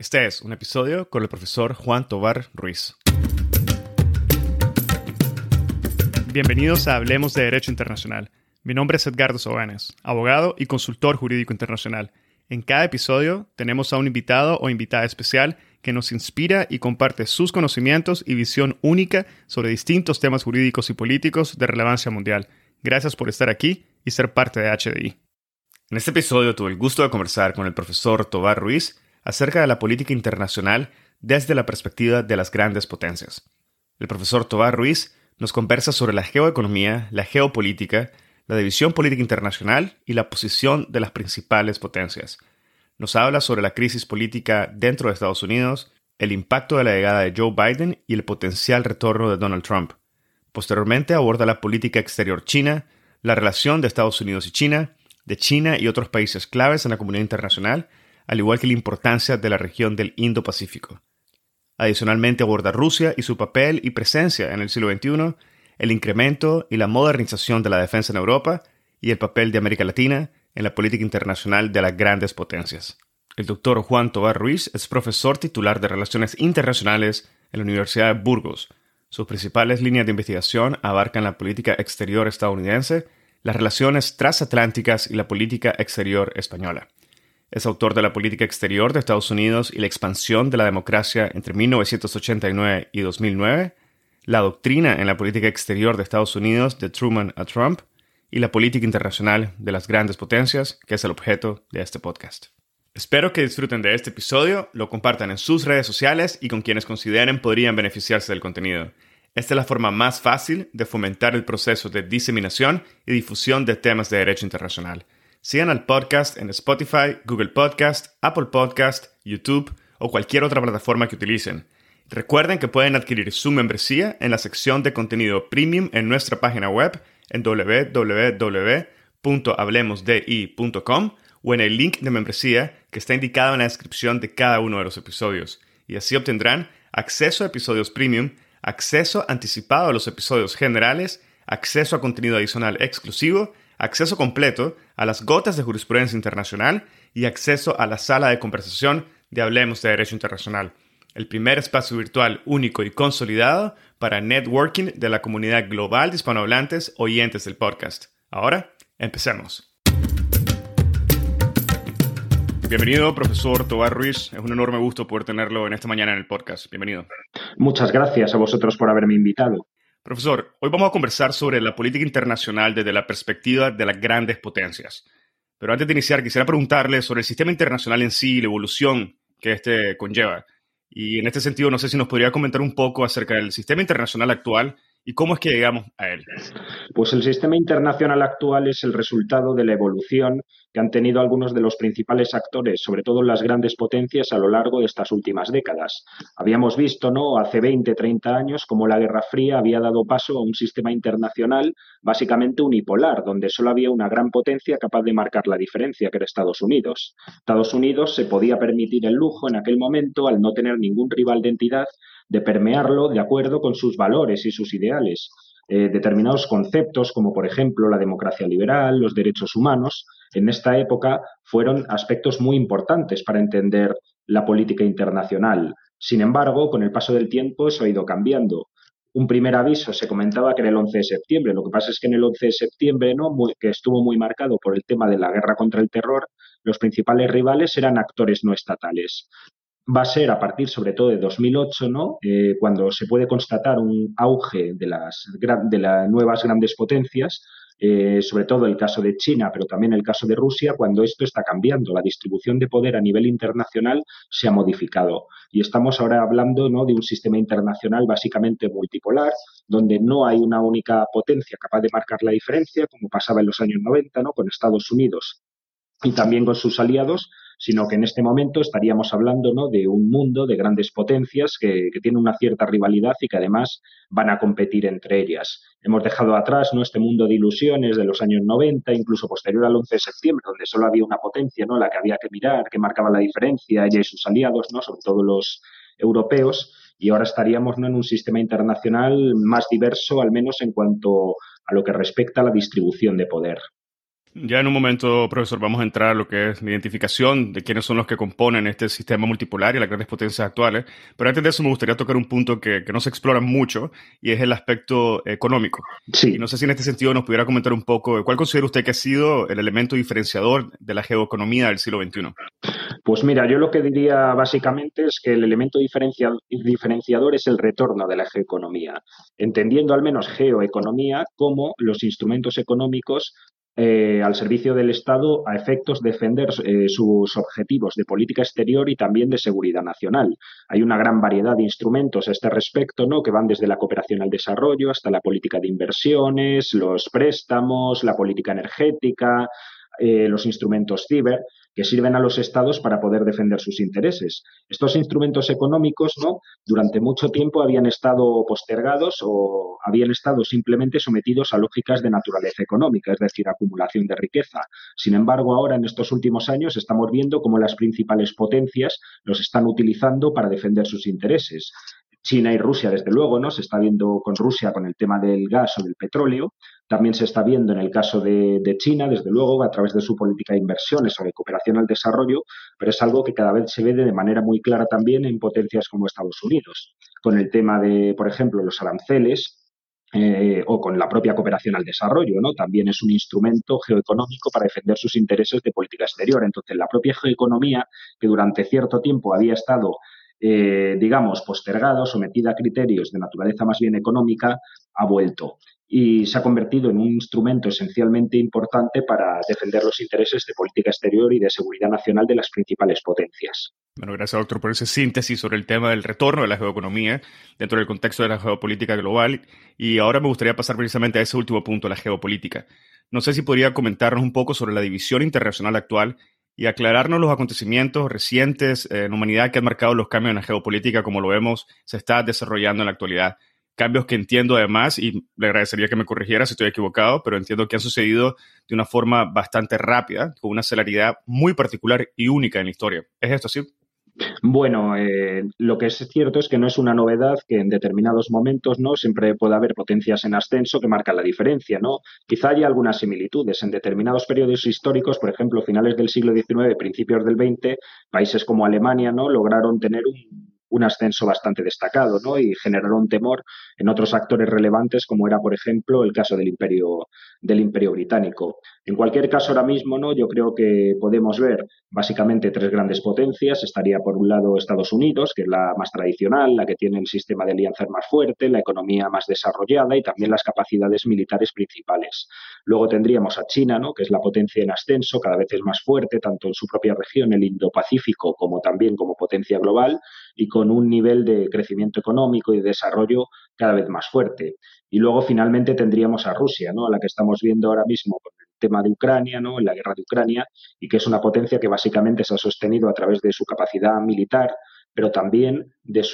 Este es un episodio con el profesor Juan Tovar Ruiz. Bienvenidos a Hablemos de Derecho Internacional. Mi nombre es Edgardo Sobanes, abogado y consultor jurídico internacional. En cada episodio tenemos a un invitado o invitada especial que nos inspira y comparte sus conocimientos y visión única sobre distintos temas jurídicos y políticos de relevancia mundial. Gracias por estar aquí y ser parte de HDI. En este episodio tuve el gusto de conversar con el profesor Tovar Ruiz acerca de la política internacional desde la perspectiva de las grandes potencias. El profesor Tovar Ruiz nos conversa sobre la geoeconomía, la geopolítica, la división política internacional y la posición de las principales potencias. Nos habla sobre la crisis política dentro de Estados Unidos, el impacto de la llegada de Joe Biden y el potencial retorno de Donald Trump. Posteriormente aborda la política exterior china, la relación de Estados Unidos y China, de China y otros países claves en la comunidad internacional, al igual que la importancia de la región del Indo-Pacífico. Adicionalmente aborda Rusia y su papel y presencia en el siglo XXI, el incremento y la modernización de la defensa en Europa y el papel de América Latina en la política internacional de las grandes potencias. El doctor Juan Tovar Ruiz es profesor titular de Relaciones Internacionales en la Universidad de Burgos. Sus principales líneas de investigación abarcan la política exterior estadounidense, las relaciones transatlánticas y la política exterior española. Es autor de la política exterior de Estados Unidos y la expansión de la democracia entre 1989 y 2009, la doctrina en la política exterior de Estados Unidos de Truman a Trump y la política internacional de las grandes potencias, que es el objeto de este podcast. Espero que disfruten de este episodio, lo compartan en sus redes sociales y con quienes consideren podrían beneficiarse del contenido. Esta es la forma más fácil de fomentar el proceso de diseminación y difusión de temas de derecho internacional. Sigan al podcast en Spotify, Google Podcast, Apple Podcast, YouTube o cualquier otra plataforma que utilicen. Recuerden que pueden adquirir su membresía en la sección de contenido premium en nuestra página web en www.hablemosdi.com o en el link de membresía que está indicado en la descripción de cada uno de los episodios. Y así obtendrán acceso a episodios premium, acceso anticipado a los episodios generales, acceso a contenido adicional exclusivo, acceso completo a las gotas de jurisprudencia internacional y acceso a la sala de conversación de Hablemos de Derecho Internacional, el primer espacio virtual único y consolidado para networking de la comunidad global de hispanohablantes oyentes del podcast. Ahora, empecemos. Bienvenido, profesor Tovar Ruiz. Es un enorme gusto poder tenerlo en esta mañana en el podcast. Bienvenido. Muchas gracias a vosotros por haberme invitado. Profesor, hoy vamos a conversar sobre la política internacional desde la perspectiva de las grandes potencias. Pero antes de iniciar, quisiera preguntarle sobre el sistema internacional en sí y la evolución que este conlleva. Y en este sentido, no sé si nos podría comentar un poco acerca del sistema internacional actual y cómo es que llegamos a él. Pues el sistema internacional actual es el resultado de la evolución que han tenido algunos de los principales actores, sobre todo las grandes potencias, a lo largo de estas últimas décadas. Habíamos visto, ¿no?, hace 20, 30 años, cómo la Guerra Fría había dado paso a un sistema internacional básicamente unipolar, donde solo había una gran potencia capaz de marcar la diferencia, que era Estados Unidos. Estados Unidos se podía permitir el lujo en aquel momento, al no tener ningún rival de entidad, de permearlo de acuerdo con sus valores y sus ideales. Determinados conceptos, como por ejemplo la democracia liberal, los derechos humanos, en esta época fueron aspectos muy importantes para entender la política internacional. Sin embargo, con el paso del tiempo eso ha ido cambiando. Un primer aviso se comentaba que era el 11 de septiembre. Lo que pasa es que en el 11 de septiembre, ¿no?, que estuvo muy marcado por el tema de la guerra contra el terror, los principales rivales eran actores no estatales. Va a ser a partir sobre todo de 2008, ¿no?, cuando se puede constatar un auge de las nuevas grandes potencias, sobre todo el caso de China, pero también el caso de Rusia, cuando esto está cambiando. La distribución de poder a nivel internacional se ha modificado y estamos ahora hablando, ¿no?, de un sistema internacional básicamente multipolar, donde no hay una única potencia capaz de marcar la diferencia, como pasaba en los años 90, ¿no?, con Estados Unidos y también con sus aliados, sino que en este momento estaríamos hablando, ¿no?, de un mundo de grandes potencias que tienen una cierta rivalidad y que además van a competir entre ellas. Hemos dejado atrás, ¿no?, este mundo de ilusiones de los años 90, incluso posterior al 11 de septiembre, donde solo había una potencia, ¿no?, la que había que mirar, que marcaba la diferencia, ella y sus aliados, ¿no?, sobre todo los europeos, y ahora estaríamos, ¿no?, en un sistema internacional más diverso, al menos en cuanto a lo que respecta a la distribución de poder. Ya en un momento, profesor, vamos a entrar a lo que es la identificación de quiénes son los que componen este sistema multipolar y las grandes potencias actuales. Pero antes de eso me gustaría tocar un punto que no se explora mucho y es el aspecto económico. Y no Sí. sé si en este sentido nos pudiera comentar un poco de cuál considera usted que ha sido el elemento diferenciador de la geoeconomía del siglo XXI. Pues mira, yo lo que diría básicamente es que el elemento diferenciador es el retorno de la geoeconomía, entendiendo al menos geoeconomía como los instrumentos económicos al servicio del Estado a efectos de defender sus objetivos de política exterior y también de seguridad nacional. Hay una gran variedad de instrumentos a este respecto, ¿no? Que van desde la cooperación al desarrollo hasta la política de inversiones, los préstamos, la política energética, los instrumentos ciber que sirven a los estados para poder defender sus intereses. Estos instrumentos económicos, ¿no? Durante mucho tiempo habían estado postergados o habían estado simplemente sometidos a lógicas de naturaleza económica, es decir, acumulación de riqueza. Sin embargo, ahora en estos últimos años estamos viendo cómo las principales potencias los están utilizando para defender sus intereses. China y Rusia, desde luego, ¿no? Se está viendo con Rusia con el tema del gas o del petróleo. También se está viendo en el caso de China, desde luego, a través de su política de inversiones o de cooperación al desarrollo, pero es algo que cada vez se ve de manera muy clara también en potencias como Estados Unidos, con el tema de, por ejemplo, los aranceles. O con la propia cooperación al desarrollo, ¿no? También es un instrumento geoeconómico para defender sus intereses de política exterior. Entonces, la propia geoeconomía, que durante cierto tiempo había estado digamos, postergada o sometida a criterios de naturaleza más bien económica, ha vuelto y se ha convertido en un instrumento esencialmente importante para defender los intereses de política exterior y de seguridad nacional de las principales potencias. Bueno, gracias, doctor, por esa síntesis sobre el tema del retorno de la geoeconomía dentro del contexto de la geopolítica global. Y ahora me gustaría pasar precisamente a ese último punto, la geopolítica. No sé si podría comentarnos un poco sobre la división internacional actual y aclararnos los acontecimientos recientes en la humanidad que han marcado los cambios en la geopolítica, como lo vemos, se está desarrollando en la actualidad. Cambios que entiendo además, y le agradecería que me corrigiera si estoy equivocado, pero entiendo que han sucedido de una forma bastante rápida, con una celeridad muy particular y única en la historia. ¿Es esto así? Bueno, lo que es cierto es que no es una novedad que en determinados momentos, ¿no? Siempre puede haber potencias en ascenso que marcan la diferencia, ¿no? Quizá haya algunas similitudes. En determinados periodos históricos, por ejemplo, finales del siglo XIX, principios del XX, países como Alemania, ¿no? Lograron tener un ascenso bastante destacado, ¿no? Y generaron temor en otros actores relevantes, como era, por ejemplo, el caso del Imperio Británico. En cualquier caso, ahora mismo, ¿no? Yo creo que podemos ver básicamente tres grandes potencias. Estaría por un lado Estados Unidos, que es la más tradicional, la que tiene el sistema de alianzas más fuerte, la economía más desarrollada y también las capacidades militares principales. Luego tendríamos a China, ¿no? Que es la potencia en ascenso, cada vez es más fuerte, tanto en su propia región, el Indo-Pacífico, como también como potencia global, y con un nivel de crecimiento económico y de desarrollo cada vez más fuerte. Y luego finalmente tendríamos a Rusia, ¿no? A la que estamos viendo ahora mismo con el tema de Ucrania, ¿no? En la guerra de Ucrania, y que es una potencia que básicamente se ha sostenido a través de su capacidad militar, pero también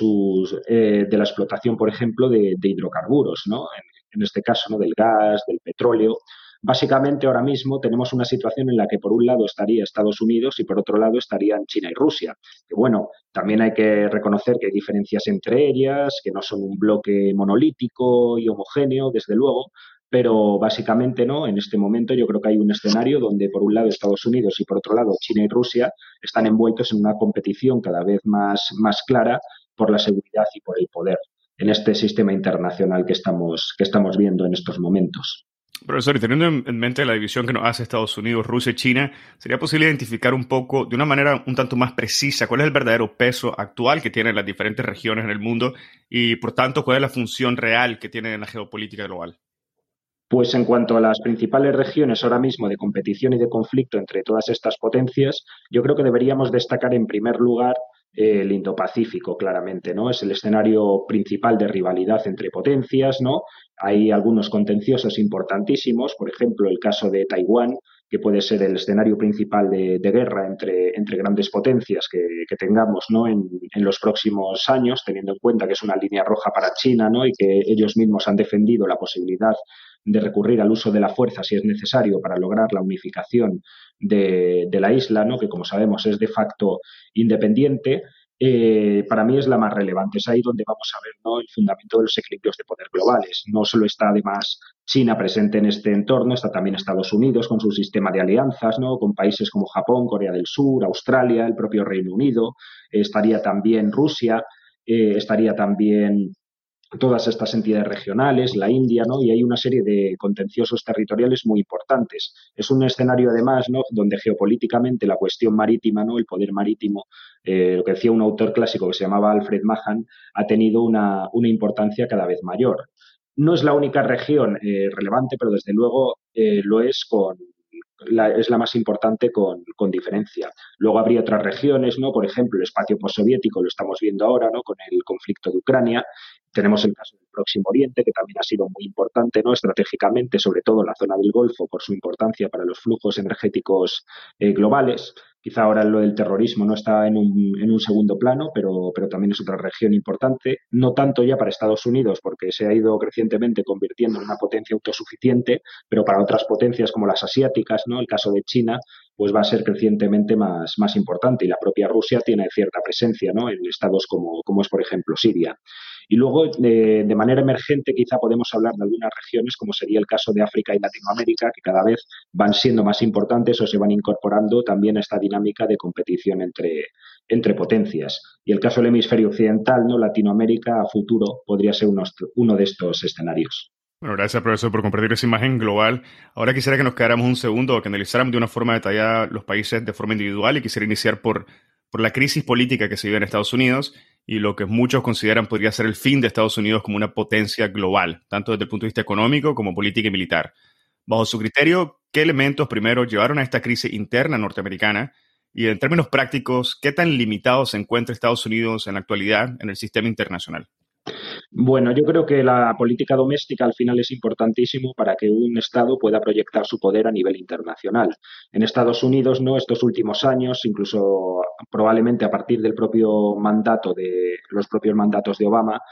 de la explotación, por ejemplo, de hidrocarburos, ¿no? En este caso, ¿no? Del gas, del petróleo. Básicamente ahora mismo tenemos una situación en la que por un lado estaría Estados Unidos y por otro lado estarían China y Rusia. Que bueno, también hay que reconocer que hay diferencias entre ellas, que no son un bloque monolítico y homogéneo, desde luego, pero básicamente no. En este momento yo creo que hay un escenario donde por un lado Estados Unidos y por otro lado China y Rusia están envueltos en una competición cada vez más clara por la seguridad y por el poder en este sistema internacional que estamos viendo en estos momentos. Profesor, y teniendo en mente la división que nos hace Estados Unidos, Rusia y China, ¿sería posible identificar un poco, de una manera un tanto más precisa, cuál es el verdadero peso actual que tienen las diferentes regiones en el mundo y, por tanto, cuál es la función real que tienen en la geopolítica global? Pues en cuanto a las principales regiones ahora mismo de competición y de conflicto entre todas estas potencias, yo creo que deberíamos destacar en primer lugar el Indo-Pacífico, claramente, ¿no? Es el escenario principal de rivalidad entre potencias, ¿no? Hay algunos contenciosos importantísimos, por ejemplo, el caso de Taiwán, que puede ser el escenario principal de guerra entre grandes potencias que tengamos, ¿no? En los próximos años, teniendo en cuenta que es una línea roja para China, ¿no? Y que ellos mismos han defendido la posibilidad de recurrir al uso de la fuerza si es necesario para lograr la unificación de la isla, ¿no? Que como sabemos es de facto independiente, para mí es la más relevante. Es ahí donde vamos a ver, ¿no? El fundamento de los equilibrios de poder globales. No solo está además China presente en este entorno, está también Estados Unidos con su sistema de alianzas, ¿no? Con países como Japón, Corea del Sur, Australia, el propio Reino Unido, estaría también Rusia, estaría también todas estas entidades regionales, la India, ¿no? Y hay una serie de contenciosos territoriales muy importantes. Es un escenario, además, ¿no? Donde geopolíticamente la cuestión marítima, ¿no? El poder marítimo, lo que decía un autor clásico que se llamaba Alfred Mahan, ha tenido una importancia cada vez mayor. No es la única región relevante, pero desde luego lo es es la más importante con diferencia. Luego habría otras regiones, ¿no? Por ejemplo, el espacio postsoviético lo estamos viendo ahora, ¿no? Con el conflicto de Ucrania. Tenemos el caso del Próximo Oriente, que también ha sido muy importante, ¿no? Estratégicamente, sobre todo en la zona del Golfo, por su importancia para los flujos energéticos globales. Quizá ahora lo del terrorismo no está en un segundo plano, pero también es otra región importante. No tanto ya para Estados Unidos, porque se ha ido crecientemente convirtiendo en una potencia autosuficiente, pero para otras potencias como las asiáticas, ¿no? El caso de China, pues va a ser crecientemente más importante. Y la propia Rusia tiene cierta presencia, ¿no? En estados como es, por ejemplo, Siria. Y luego, de manera emergente, quizá podemos hablar de algunas regiones, como sería el caso de África y Latinoamérica, que cada vez van siendo más importantes o se van incorporando también a esta dinámica de competición entre potencias. Y el caso del hemisferio occidental, ¿no? Latinoamérica, a futuro, podría ser uno de estos escenarios. Bueno, gracias, profesor, por compartir esa imagen global. Ahora quisiera que nos quedáramos un segundo o que analizáramos de una forma detallada los países de forma individual y quisiera iniciar por la crisis política que se vive en Estados Unidos y lo que muchos consideran podría ser el fin de Estados Unidos como una potencia global, tanto desde el punto de vista económico como política y militar. Bajo su criterio, ¿qué elementos primero llevaron a esta crisis interna norteamericana? Y en términos prácticos, ¿qué tan limitado se encuentra Estados Unidos en la actualidad en el sistema internacional? Bueno, yo creo que la política doméstica al final es importantísimo para que un Estado pueda proyectar su poder a nivel internacional. En Estados Unidos, no, estos últimos años, incluso probablemente a partir del propio mandato de los propios mandatos de Obama,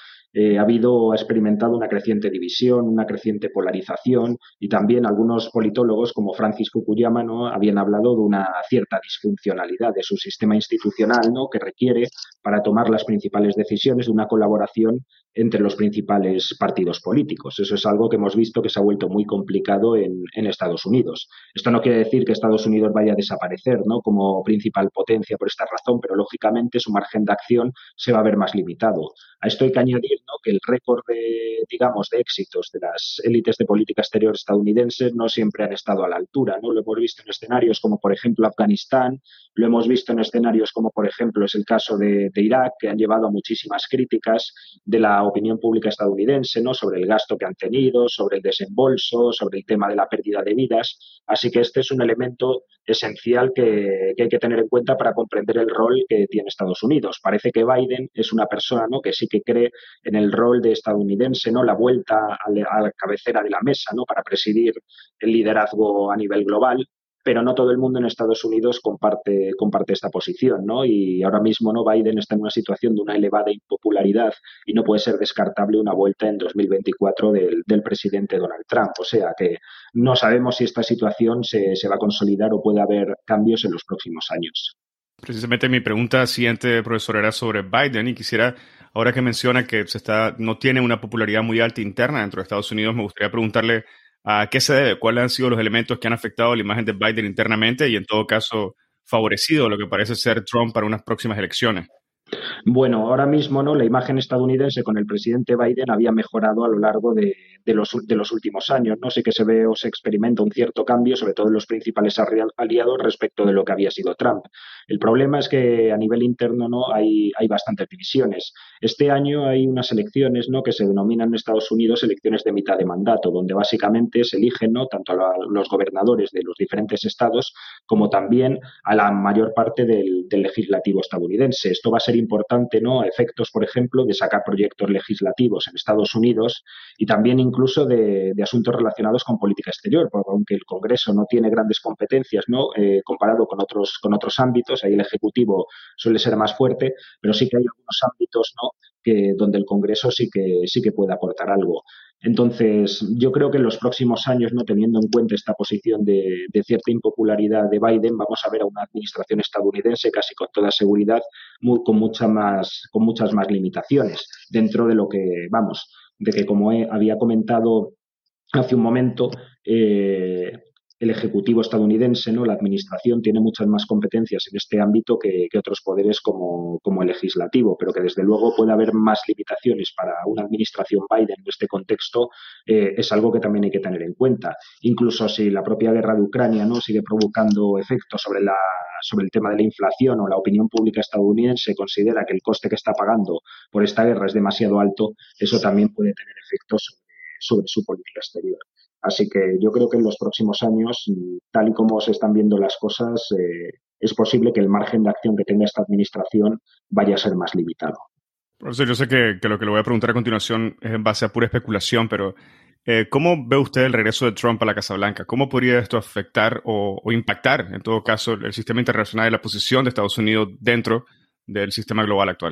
ha experimentado una creciente división, una creciente polarización y también algunos politólogos como Francis Fukuyama, ¿no? Habían hablado de una cierta disfuncionalidad de su sistema institucional, ¿no? Que requiere para tomar las principales decisiones de una colaboración entre los principales partidos políticos. Eso es algo que hemos visto que se ha vuelto muy complicado en Estados Unidos. Esto no quiere decir que Estados Unidos vaya a desaparecer, ¿no? Como principal potencia por esta razón, pero lógicamente su margen de acción se va a ver más limitado. A esto hay que añadir, ¿no? Que el récord digamos, de éxitos de las élites de política exterior estadounidenses no siempre han estado a la altura, ¿no? Lo hemos visto en escenarios como, por ejemplo, Afganistán, lo hemos visto en escenarios como, por ejemplo, es el caso de Irak, que han llevado a muchísimas críticas de la opinión pública estadounidense, ¿no? Sobre el gasto que han tenido, sobre el desembolso, sobre el tema de la pérdida de vidas. Así que este es un elemento esencial que hay que tener en cuenta para comprender el rol que tiene Estados Unidos. Parece que Biden es una persona, ¿no? Que sí que cree en el rol de estadounidense, ¿no? La vuelta a la cabecera de la mesa, ¿no? Para presidir el liderazgo a nivel global, pero no todo el mundo en Estados Unidos comparte esta posición, ¿no? Y ahora mismo, ¿no? Biden está en una situación de una elevada impopularidad y no puede ser descartable una vuelta en 2024 del presidente Donald Trump. O sea que no sabemos si esta situación se va a consolidar o puede haber cambios en los próximos años. Precisamente mi pregunta siguiente, profesor, era sobre Biden y quisiera, ahora que menciona que no tiene una popularidad muy alta interna dentro de Estados Unidos, me gustaría preguntarle a qué se debe, cuáles han sido los elementos que han afectado la imagen de Biden internamente y en todo caso favorecido lo que parece ser Trump para unas próximas elecciones. Bueno, ahora mismo, ¿no? La imagen estadounidense con el presidente Biden había mejorado a lo largo de los últimos años, ¿no? Sí que se ve o se experimenta un cierto cambio, sobre todo en los principales aliados respecto de lo que había sido Trump. El problema es que a nivel interno, ¿no? Hay bastantes divisiones. Este año hay unas elecciones, ¿no? Que se denominan en Estados Unidos elecciones de mitad de mandato, donde básicamente se eligen, ¿no? Tanto a los gobernadores de los diferentes estados como también a la mayor parte del legislativo estadounidense. Esto va a ser importante, ¿no? A efectos, por ejemplo, de sacar proyectos legislativos en Estados Unidos y también incluso de asuntos relacionados con política exterior, porque aunque el Congreso no tiene grandes competencias, ¿no? Comparado con otros ámbitos, ahí el Ejecutivo suele ser más fuerte, pero sí que hay algunos ámbitos, ¿no? Donde el Congreso sí que puede aportar algo. Entonces, yo creo que en los próximos años, no teniendo en cuenta esta posición de cierta impopularidad de Biden, vamos a ver a una administración estadounidense casi con toda seguridad con muchas más limitaciones dentro de lo que, vamos, de que como había comentado hace un momento, el Ejecutivo estadounidense, ¿no? La Administración tiene muchas más competencias en este ámbito que otros poderes como el legislativo, pero que desde luego puede haber más limitaciones para una administración Biden en este contexto, es algo que también hay que tener en cuenta. Incluso si la propia guerra de Ucrania, ¿no? Sigue provocando efectos sobre el tema de la inflación, o la opinión pública estadounidense considera que el coste que está pagando por esta guerra es demasiado alto, eso también puede tener efectos sobre su política exterior. Así que yo creo que en los próximos años, tal y como se están viendo las cosas, es posible que el margen de acción que tenga esta administración vaya a ser más limitado. Profesor, yo sé que lo que le voy a preguntar a continuación es en base a pura especulación, pero ¿cómo ve usted el regreso de Trump a la Casa Blanca? ¿Cómo podría esto afectar o impactar, en todo caso, el sistema internacional y la posición de Estados Unidos dentro del sistema global actual?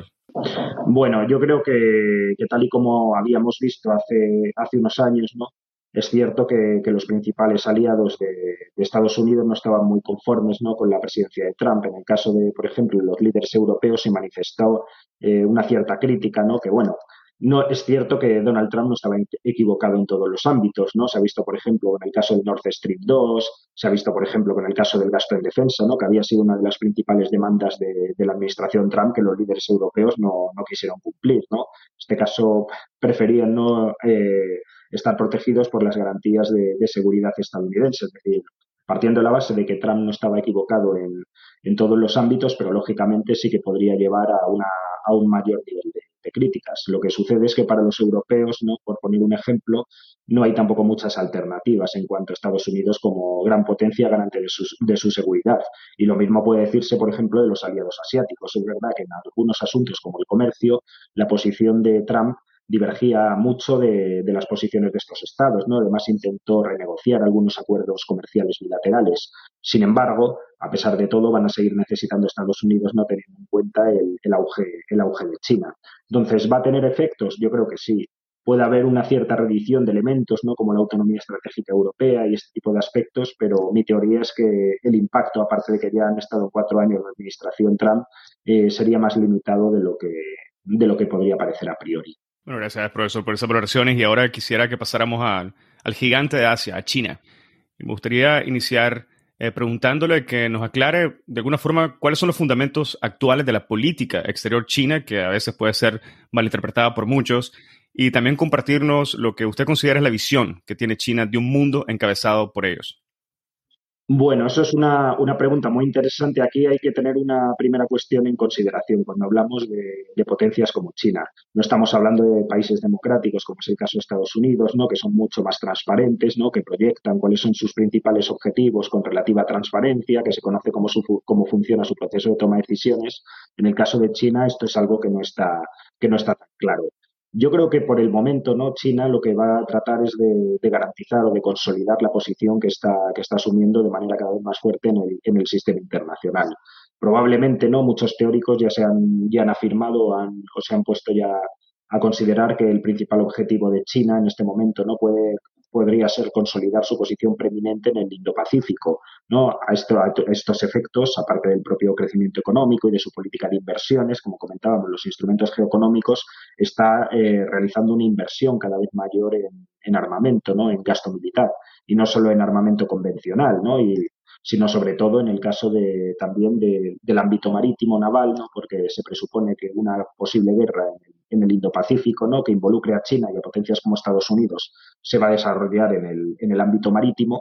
Bueno, yo creo que tal y como habíamos visto hace unos años, ¿no? Es cierto que los principales aliados de Estados Unidos no estaban muy conformes, ¿no? Con la presidencia de Trump. En el caso de, por ejemplo, los líderes europeos se manifestó una cierta crítica, ¿no? Que bueno, no es cierto que Donald Trump no estaba equivocado en todos los ámbitos, ¿no? Se ha visto, por ejemplo, con el caso del Nord Stream 2, se ha visto, por ejemplo, con el caso del gasto en defensa, ¿no? Que había sido una de las principales demandas de la administración Trump, que los líderes europeos no quisieron cumplir, ¿no? En este caso preferían no estar protegidos por las garantías de seguridad estadounidenses. Es decir, partiendo de la base de que Trump no estaba equivocado en todos los ámbitos, pero lógicamente sí que podría llevar a un mayor nivel de críticas. Lo que sucede es que para los europeos, ¿no? Por poner un ejemplo, no hay tampoco muchas alternativas en cuanto a Estados Unidos como gran potencia garante de su seguridad. Y lo mismo puede decirse, por ejemplo, de los aliados asiáticos. Es verdad que en algunos asuntos como el comercio, la posición de Trump divergía mucho de las posiciones de estos estados, ¿no? Además, intentó renegociar algunos acuerdos comerciales bilaterales. Sin embargo, a pesar de todo, van a seguir necesitando Estados Unidos, no teniendo en cuenta el auge de China. Entonces, ¿va a tener efectos? Yo creo que sí. Puede haber una cierta redición de elementos, ¿no? Como la autonomía estratégica europea y este tipo de aspectos, pero mi teoría es que el impacto, aparte de que ya han estado 4 años de administración Trump, sería más limitado de lo que podría parecer a priori. Bueno, gracias, profesor, por esas valoraciones. Y ahora quisiera que pasáramos al gigante de Asia, a China. Y me gustaría iniciar preguntándole que nos aclare de alguna forma cuáles son los fundamentos actuales de la política exterior china, que a veces puede ser malinterpretada por muchos, y también compartirnos lo que usted considera es la visión que tiene China de un mundo encabezado por ellos. Bueno, eso es una pregunta muy interesante. Aquí hay que tener una primera cuestión en consideración cuando hablamos de potencias como China. No estamos hablando de países democráticos, como es el caso de Estados Unidos, ¿no? Que son mucho más transparentes, ¿no? Que proyectan cuáles son sus principales objetivos con relativa transparencia, que se conoce cómo funciona su proceso de toma de decisiones. En el caso de China, esto es algo que no está tan claro. Yo creo que por el momento, ¿no? China lo que va a tratar es de garantizar o de consolidar la posición que está asumiendo de manera cada vez más fuerte en el sistema internacional. Probablemente, ¿no? Muchos teóricos ya han afirmado o se han puesto ya a considerar que el principal objetivo de China en este momento no podría ser consolidar su posición preeminente en el Indo-Pacífico, ¿no? A estos efectos, aparte del propio crecimiento económico y de su política de inversiones, como comentábamos, los instrumentos geoeconómicos, está realizando una inversión cada vez mayor en armamento, ¿no? En gasto militar, y no solo en armamento convencional, ¿no? Sino sobre todo en el caso también del ámbito marítimo naval, ¿no? Porque se presupone que una posible guerra en el Indo-Pacífico, ¿no? Que involucre a China y a potencias como Estados Unidos se va a desarrollar en el ámbito marítimo,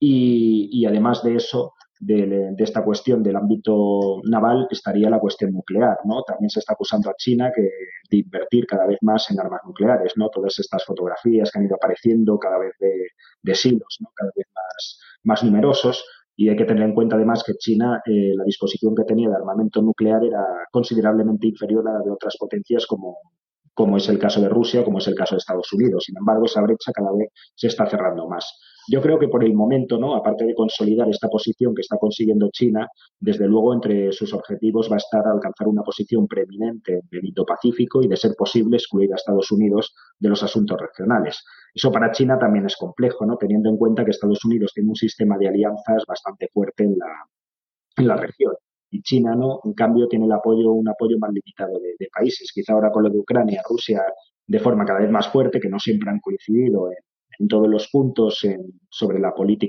y además de eso, de esta cuestión del ámbito naval, estaría la cuestión nuclear, ¿no? También se está acusando a China de invertir cada vez más en armas nucleares, ¿no? Todas estas fotografías que han ido apareciendo cada vez de silos, ¿no? Cada vez más numerosos. Y hay que tener en cuenta además que China, la disposición que tenía de armamento nuclear era considerablemente inferior a la de otras potencias como es el caso de Rusia, como es el caso de Estados Unidos. Sin embargo, esa brecha cada vez se está cerrando más. Yo creo que por el momento, ¿no? Aparte de consolidar esta posición que está consiguiendo China, desde luego entre sus objetivos va a estar alcanzar una posición preeminente en el Indo-Pacífico y, de ser posible, excluir a Estados Unidos de los asuntos regionales. Eso para China también es complejo, ¿no? Teniendo en cuenta que Estados Unidos tiene un sistema de alianzas bastante fuerte en la región. Y China, ¿no? En cambio, tiene un apoyo más limitado de países. Quizá ahora con lo de Ucrania, Rusia, de forma cada vez más fuerte, que no siempre han coincidido en todos los puntos sobre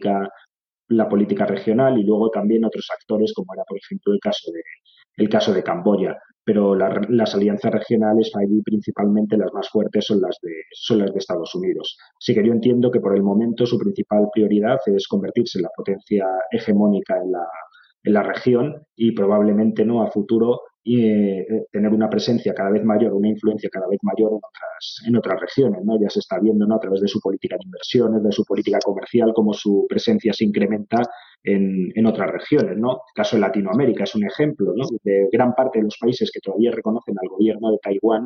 la política regional y luego también otros actores como era, por ejemplo, el caso de Camboya. Pero las alianzas regionales allí principalmente las más fuertes son las de Estados Unidos. Así que yo entiendo que por el momento su principal prioridad es convertirse en la potencia hegemónica en la región y probablemente no a futuro tener una presencia cada vez mayor, una influencia cada vez mayor en otras regiones, ¿no? Ya se está viendo, ¿no? A través de su política de inversiones, de su política comercial, cómo su presencia se incrementa en otras regiones, ¿no? El caso de Latinoamérica es un ejemplo, ¿no? De gran parte de los países que todavía reconocen al gobierno de Taiwán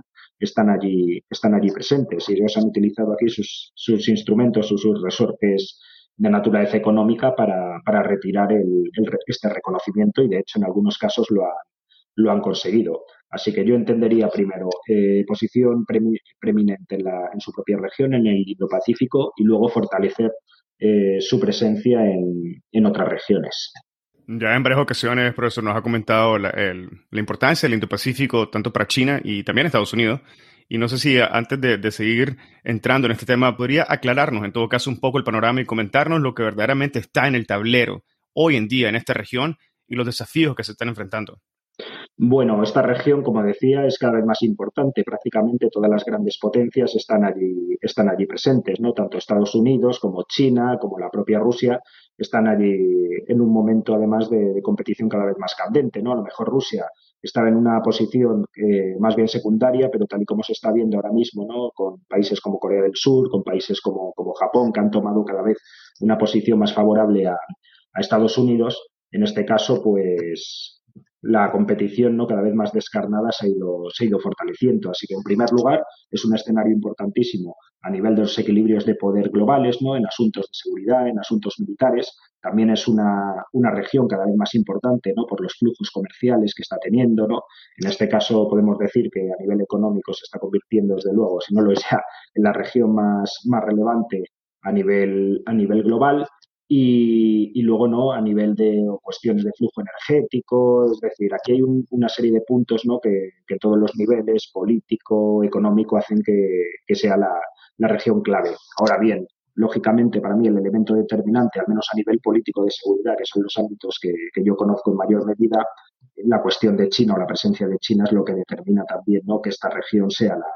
están allí presentes y ellos han utilizado aquí sus instrumentos, sus resortes de naturaleza económica para retirar este reconocimiento y de hecho en algunos casos lo han conseguido. Así que yo entendería primero posición preeminente en su propia región, en el Indo-Pacífico, y luego fortalecer su presencia en otras regiones. Ya en varias ocasiones, profesor, nos ha comentado la importancia del Indo-Pacífico tanto para China y también Estados Unidos. Y no sé si antes de seguir entrando en este tema, podría aclararnos en todo caso un poco el panorama y comentarnos lo que verdaderamente está en el tablero hoy en día en esta región y los desafíos que se están enfrentando. Bueno, esta región, como decía, es cada vez más importante. Prácticamente todas las grandes potencias están allí presentes, ¿no? Tanto Estados Unidos como China, como la propia Rusia, están allí en un momento, además, de competición cada vez más candente, ¿no? A lo mejor Rusia estaba en una posición más bien secundaria, pero tal y como se está viendo ahora mismo, ¿no? Con países como Corea del Sur, con países como Japón, que han tomado cada vez una posición más favorable a Estados Unidos. En este caso, pues la competición, ¿no? Cada vez más descarnada se ha ido fortaleciendo. Así que, en primer lugar, es un escenario importantísimo a nivel de los equilibrios de poder globales, ¿no? En asuntos de seguridad, en asuntos militares. También es una región cada vez más importante, ¿no? Por los flujos comerciales que está teniendo, ¿no? En este caso podemos decir que a nivel económico se está convirtiendo, desde luego, si no lo es ya, en la región más relevante a nivel global. Y luego no a nivel de cuestiones de flujo energético, es decir, aquí hay una serie de puntos, ¿no? Que todos los niveles, político, económico, hacen que sea la región clave. Ahora bien, lógicamente para mí el elemento determinante, al menos a nivel político de seguridad, que son los ámbitos que yo conozco en mayor medida, la cuestión de China o la presencia de China es lo que determina también, ¿no? Que esta región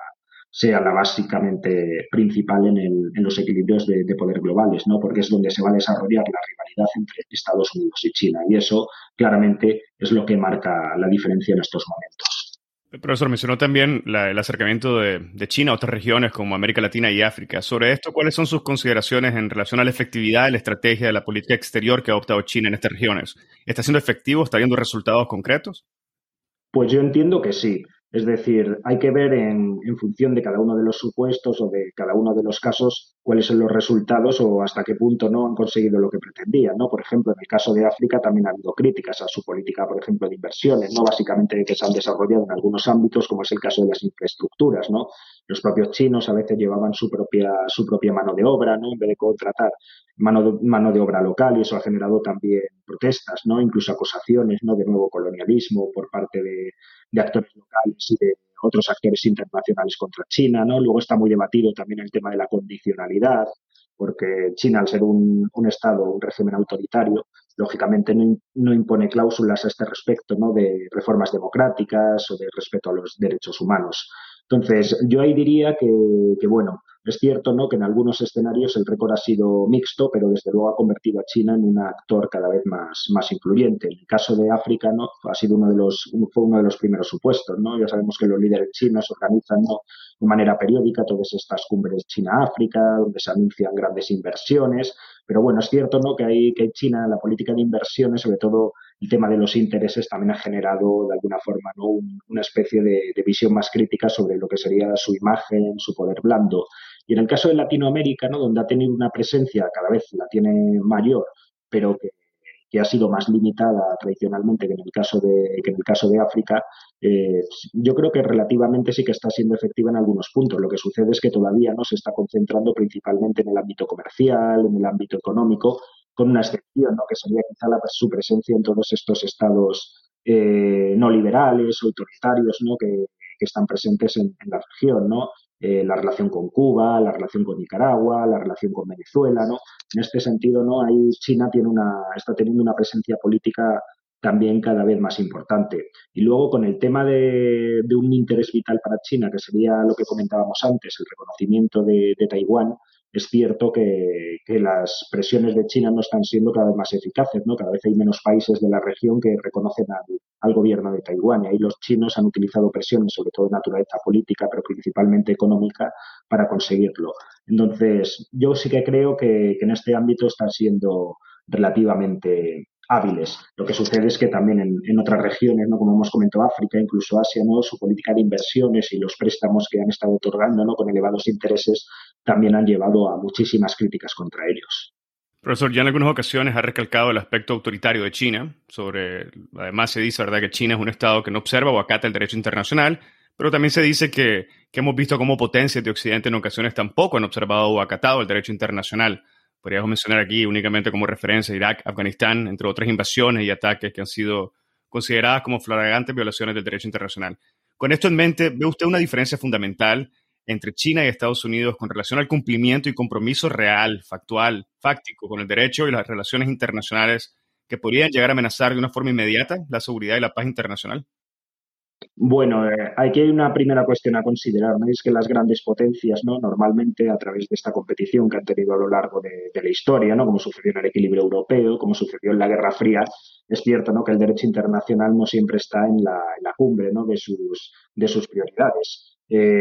sea la básicamente principal en los equilibrios de poder globales, ¿no? Porque es donde se va a desarrollar la rivalidad entre Estados Unidos y China. Y eso claramente es lo que marca la diferencia en estos momentos. El profesor mencionó también el acercamiento de China a otras regiones como América Latina y África. Sobre esto, ¿cuáles son sus consideraciones en relación a la efectividad de la estrategia de la política exterior que ha adoptado China en estas regiones? ¿Está siendo efectivo? ¿Está dando resultados concretos? Pues yo entiendo que sí. Es decir, hay que ver en función de cada uno de los supuestos o de cada uno de los casos cuáles son los resultados o hasta qué punto no han conseguido lo que pretendían, ¿no? Por ejemplo, en el caso de África también ha habido críticas a su política, por ejemplo, de inversiones, ¿no? Básicamente que se han desarrollado en algunos ámbitos, como es el caso de las infraestructuras, ¿no? Los propios chinos a veces llevaban su propia mano de obra, ¿no? En vez de contratar mano de obra local y eso ha generado también protestas, ¿no? Incluso acusaciones, ¿no? De nuevo colonialismo por parte de actores locales y de otros actores internacionales contra China, ¿no? Luego está muy debatido también el tema de la condicionalidad, porque China, al ser un Estado, un régimen autoritario, lógicamente no impone cláusulas a este respecto, ¿no? De reformas democráticas o de respeto a los derechos humanos. Entonces, yo ahí diría que bueno, es cierto, ¿no? Que en algunos escenarios el récord ha sido mixto, pero desde luego ha convertido a China en un actor cada vez más influyente. En el caso de África, ¿no? Fue uno de los primeros supuestos, ¿no? Ya sabemos que los líderes chinos organizan, ¿no? De manera periódica todas estas cumbres China-África, donde se anuncian grandes inversiones. Pero bueno, es cierto, ¿no? Que China, la política de inversiones, sobre todo el tema de los intereses, también ha generado de alguna forma, ¿no? Una especie de visión más crítica sobre lo que sería su imagen, su poder blando. Y en el caso de Latinoamérica, ¿no? Donde ha tenido una presencia, cada vez la tiene mayor, pero que ha sido más limitada tradicionalmente que en el caso de África, yo creo que relativamente sí que está siendo efectiva en algunos puntos. Lo que sucede es que todavía no se está concentrando principalmente en el ámbito comercial, en el ámbito económico, con una excepción, ¿no? Que sería quizá su presencia en todos estos estados no liberales, autoritarios, ¿no? Que están presentes en la región, ¿no? la relación con Cuba, la relación con Nicaragua, la relación con Venezuela, ¿no? En este sentido, ¿no? Ahí China está teniendo una presencia política también cada vez más importante. Y luego con el tema de un interés vital para China, que sería lo que comentábamos antes, el reconocimiento de Taiwán, es cierto que las presiones de China no están siendo cada vez más eficaces, ¿no? Cada vez hay menos países de la región que reconocen al gobierno de Taiwán y ahí los chinos han utilizado presiones, sobre todo de naturaleza política, pero principalmente económica, para conseguirlo. Entonces, yo sí que creo que en este ámbito están siendo relativamente hábiles. Lo que sucede es que también en otras regiones, ¿no? Como hemos comentado, África, incluso Asia, ¿no? Su política de inversiones y los préstamos que han estado otorgando, ¿no? Con elevados intereses, también han llevado a muchísimas críticas contra ellos. Profesor, ya en algunas ocasiones ha recalcado el aspecto autoritario de China. Además se dice, ¿verdad?, que China es un estado que no observa o acata el derecho internacional, pero también se dice que hemos visto cómo potencias de Occidente en ocasiones tampoco han observado o acatado el derecho internacional. Podríamos mencionar aquí únicamente como referencia Irak, Afganistán, entre otras invasiones y ataques que han sido consideradas como flagrantes violaciones del derecho internacional. Con esto en mente, ¿ve usted una diferencia fundamental entre China y Estados Unidos con relación al cumplimiento y compromiso real, factual, fáctico con el derecho y las relaciones internacionales que podrían llegar a amenazar de una forma inmediata la seguridad y la paz internacional? Bueno, aquí hay una primera cuestión a considerar, ¿no? Es que las grandes potencias, ¿no? Normalmente a través de esta competición que han tenido a lo largo de la historia, ¿no? Como sucedió en el equilibrio europeo, como sucedió en la Guerra Fría, es cierto, ¿no? Que el derecho internacional no siempre está en la cumbre, ¿no? De sus prioridades.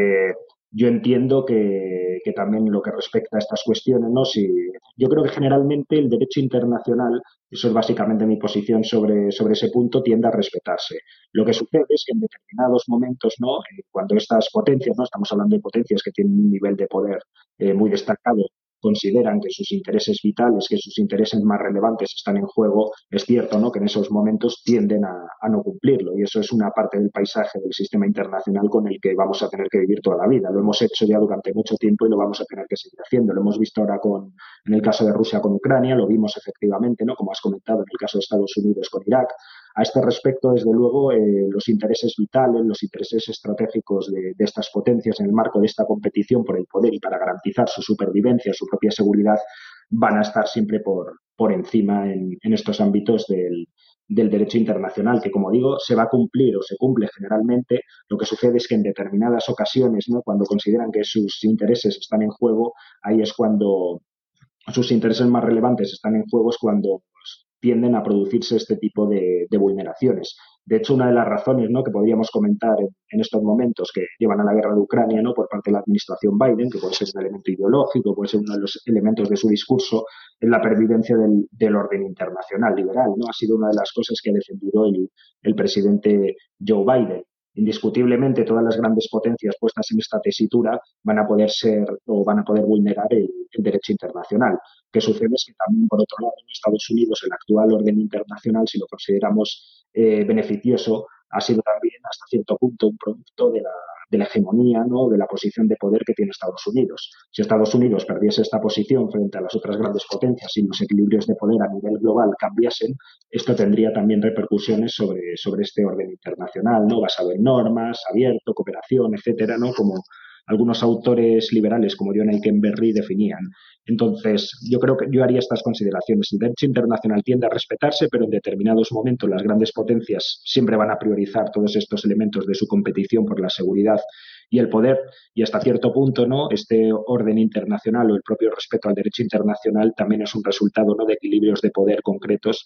Yo entiendo que también lo que respecta a estas cuestiones, ¿no? Si, yo creo que generalmente el derecho internacional, eso es básicamente mi posición sobre ese punto, tiende a respetarse. Lo que sucede es que en determinados momentos, ¿no? Cuando estas potencias, ¿no? Estamos hablando de potencias que tienen un nivel de poder muy destacado, consideran que sus intereses vitales, que sus intereses más relevantes están en juego, es cierto, ¿no? Que en esos momentos tienden a no cumplirlo y eso es una parte del paisaje del sistema internacional con el que vamos a tener que vivir toda la vida. Lo hemos hecho ya durante mucho tiempo y lo vamos a tener que seguir haciendo. Lo hemos visto ahora en el caso de Rusia con Ucrania, lo vimos efectivamente, ¿no? Como has comentado, en el caso de Estados Unidos con Irak. A este respecto, desde luego, los intereses vitales, los intereses estratégicos de estas potencias en el marco de esta competición por el poder y para garantizar su supervivencia, su propia seguridad, van a estar siempre por encima en estos ámbitos del derecho internacional, que como digo, se va a cumplir o se cumple generalmente. Lo que sucede es que en determinadas ocasiones, ¿no? Cuando consideran que sus intereses están en juego, ahí es cuando sus intereses más relevantes están en juego, es cuando tienden a producirse este tipo de vulneraciones. De hecho, una de las razones, ¿no? Que podríamos comentar en estos momentos que llevan a la guerra de Ucrania, ¿no? Por parte de la administración Biden, que puede ser un elemento ideológico, puede ser uno de los elementos de su discurso, es la pervivencia del orden internacional liberal, ¿no? Ha sido una de las cosas que ha defendido el presidente Joe Biden. Indiscutiblemente, todas las grandes potencias puestas en esta tesitura van a poder ser o van a poder vulnerar el derecho internacional. ¿Qué sucede? Es que también, por otro lado, en Estados Unidos, el actual orden internacional, si lo consideramos beneficioso, ha sido también hasta cierto punto un producto de la hegemonía, ¿no? De la posición de poder que tiene Estados Unidos. Si Estados Unidos perdiese esta posición frente a las otras grandes potencias y los equilibrios de poder a nivel global cambiasen, esto tendría también repercusiones sobre este orden internacional, ¿no? Basado en normas, abierto, cooperación, etcétera, ¿no? Como algunos autores liberales como John Aikenberry definían. Entonces, yo creo que yo haría estas consideraciones. El derecho internacional tiende a respetarse, pero en determinados momentos las grandes potencias siempre van a priorizar todos estos elementos de su competición por la seguridad y el poder, y hasta cierto punto, ¿no? Este orden internacional o el propio respeto al derecho internacional también es un resultado, ¿no? De equilibrios de poder concretos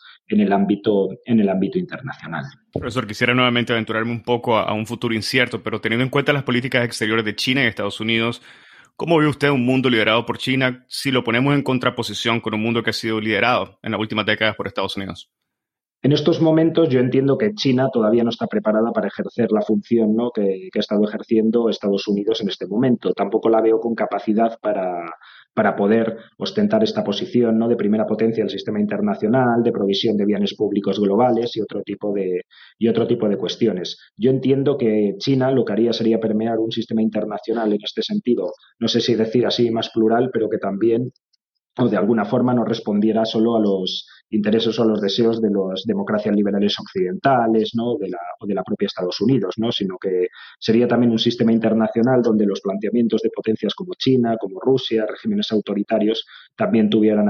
en el ámbito internacional. Profesor, quisiera nuevamente aventurarme un poco a un futuro incierto, pero teniendo en cuenta las políticas exteriores de China y Estados Unidos, ¿cómo ve usted un mundo liderado por China si lo ponemos en contraposición con un mundo que ha sido liderado en las últimas décadas por Estados Unidos? En estos momentos yo entiendo que China todavía no está preparada para ejercer la función, ¿no? que ha estado ejerciendo Estados Unidos en este momento. Tampoco la veo con capacidad para poder ostentar esta posición, ¿no? De primera potencia del sistema internacional, de provisión de bienes públicos globales y otro tipo de cuestiones. Yo entiendo que China lo que haría sería permear un sistema internacional en este sentido, no sé si decir así más plural, pero que también o de alguna forma no respondiera solo intereses o los deseos de las democracias liberales occidentales, ¿no? O de la propia Estados Unidos, ¿no? Sino que sería también un sistema internacional donde los planteamientos de potencias como China, como Rusia, regímenes autoritarios, también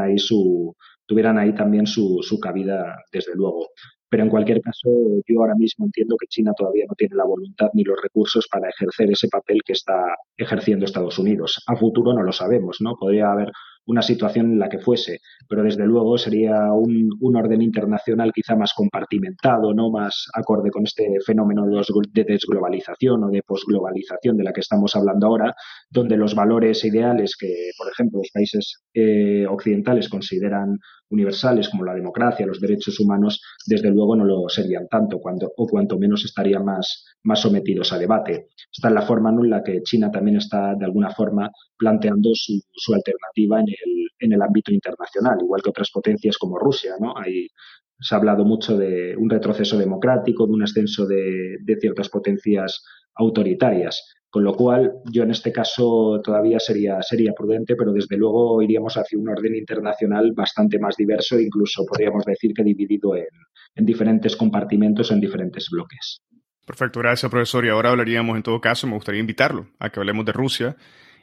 tuvieran ahí también su cabida, desde luego. Pero en cualquier caso, yo ahora mismo entiendo que China todavía no tiene la voluntad ni los recursos para ejercer ese papel que está ejerciendo Estados Unidos. A futuro no lo sabemos, ¿no? Podría haber una situación en la que fuese, pero desde luego sería un orden internacional quizá más compartimentado, ¿no? Más acorde con este fenómeno de desglobalización o de posglobalización de la que estamos hablando ahora, donde los valores ideales que, por ejemplo, los países occidentales consideran universales como la democracia, los derechos humanos, desde luego no lo serían tanto, o cuanto menos estarían más sometidos a debate. Esta es la forma, ¿no?, en la que China también está, de alguna forma, planteando su alternativa en el ámbito internacional, igual que otras potencias como Rusia, ¿no? Se ha hablado mucho de un retroceso democrático, de un ascenso de ciertas potencias autoritarias. Con lo cual, yo en este caso todavía sería prudente, pero desde luego iríamos hacia un orden internacional bastante más diverso, incluso podríamos decir que dividido en diferentes compartimentos, en diferentes bloques. Perfecto, gracias, profesor. Y ahora hablaríamos, en todo caso, me gustaría invitarlo a que hablemos de Rusia.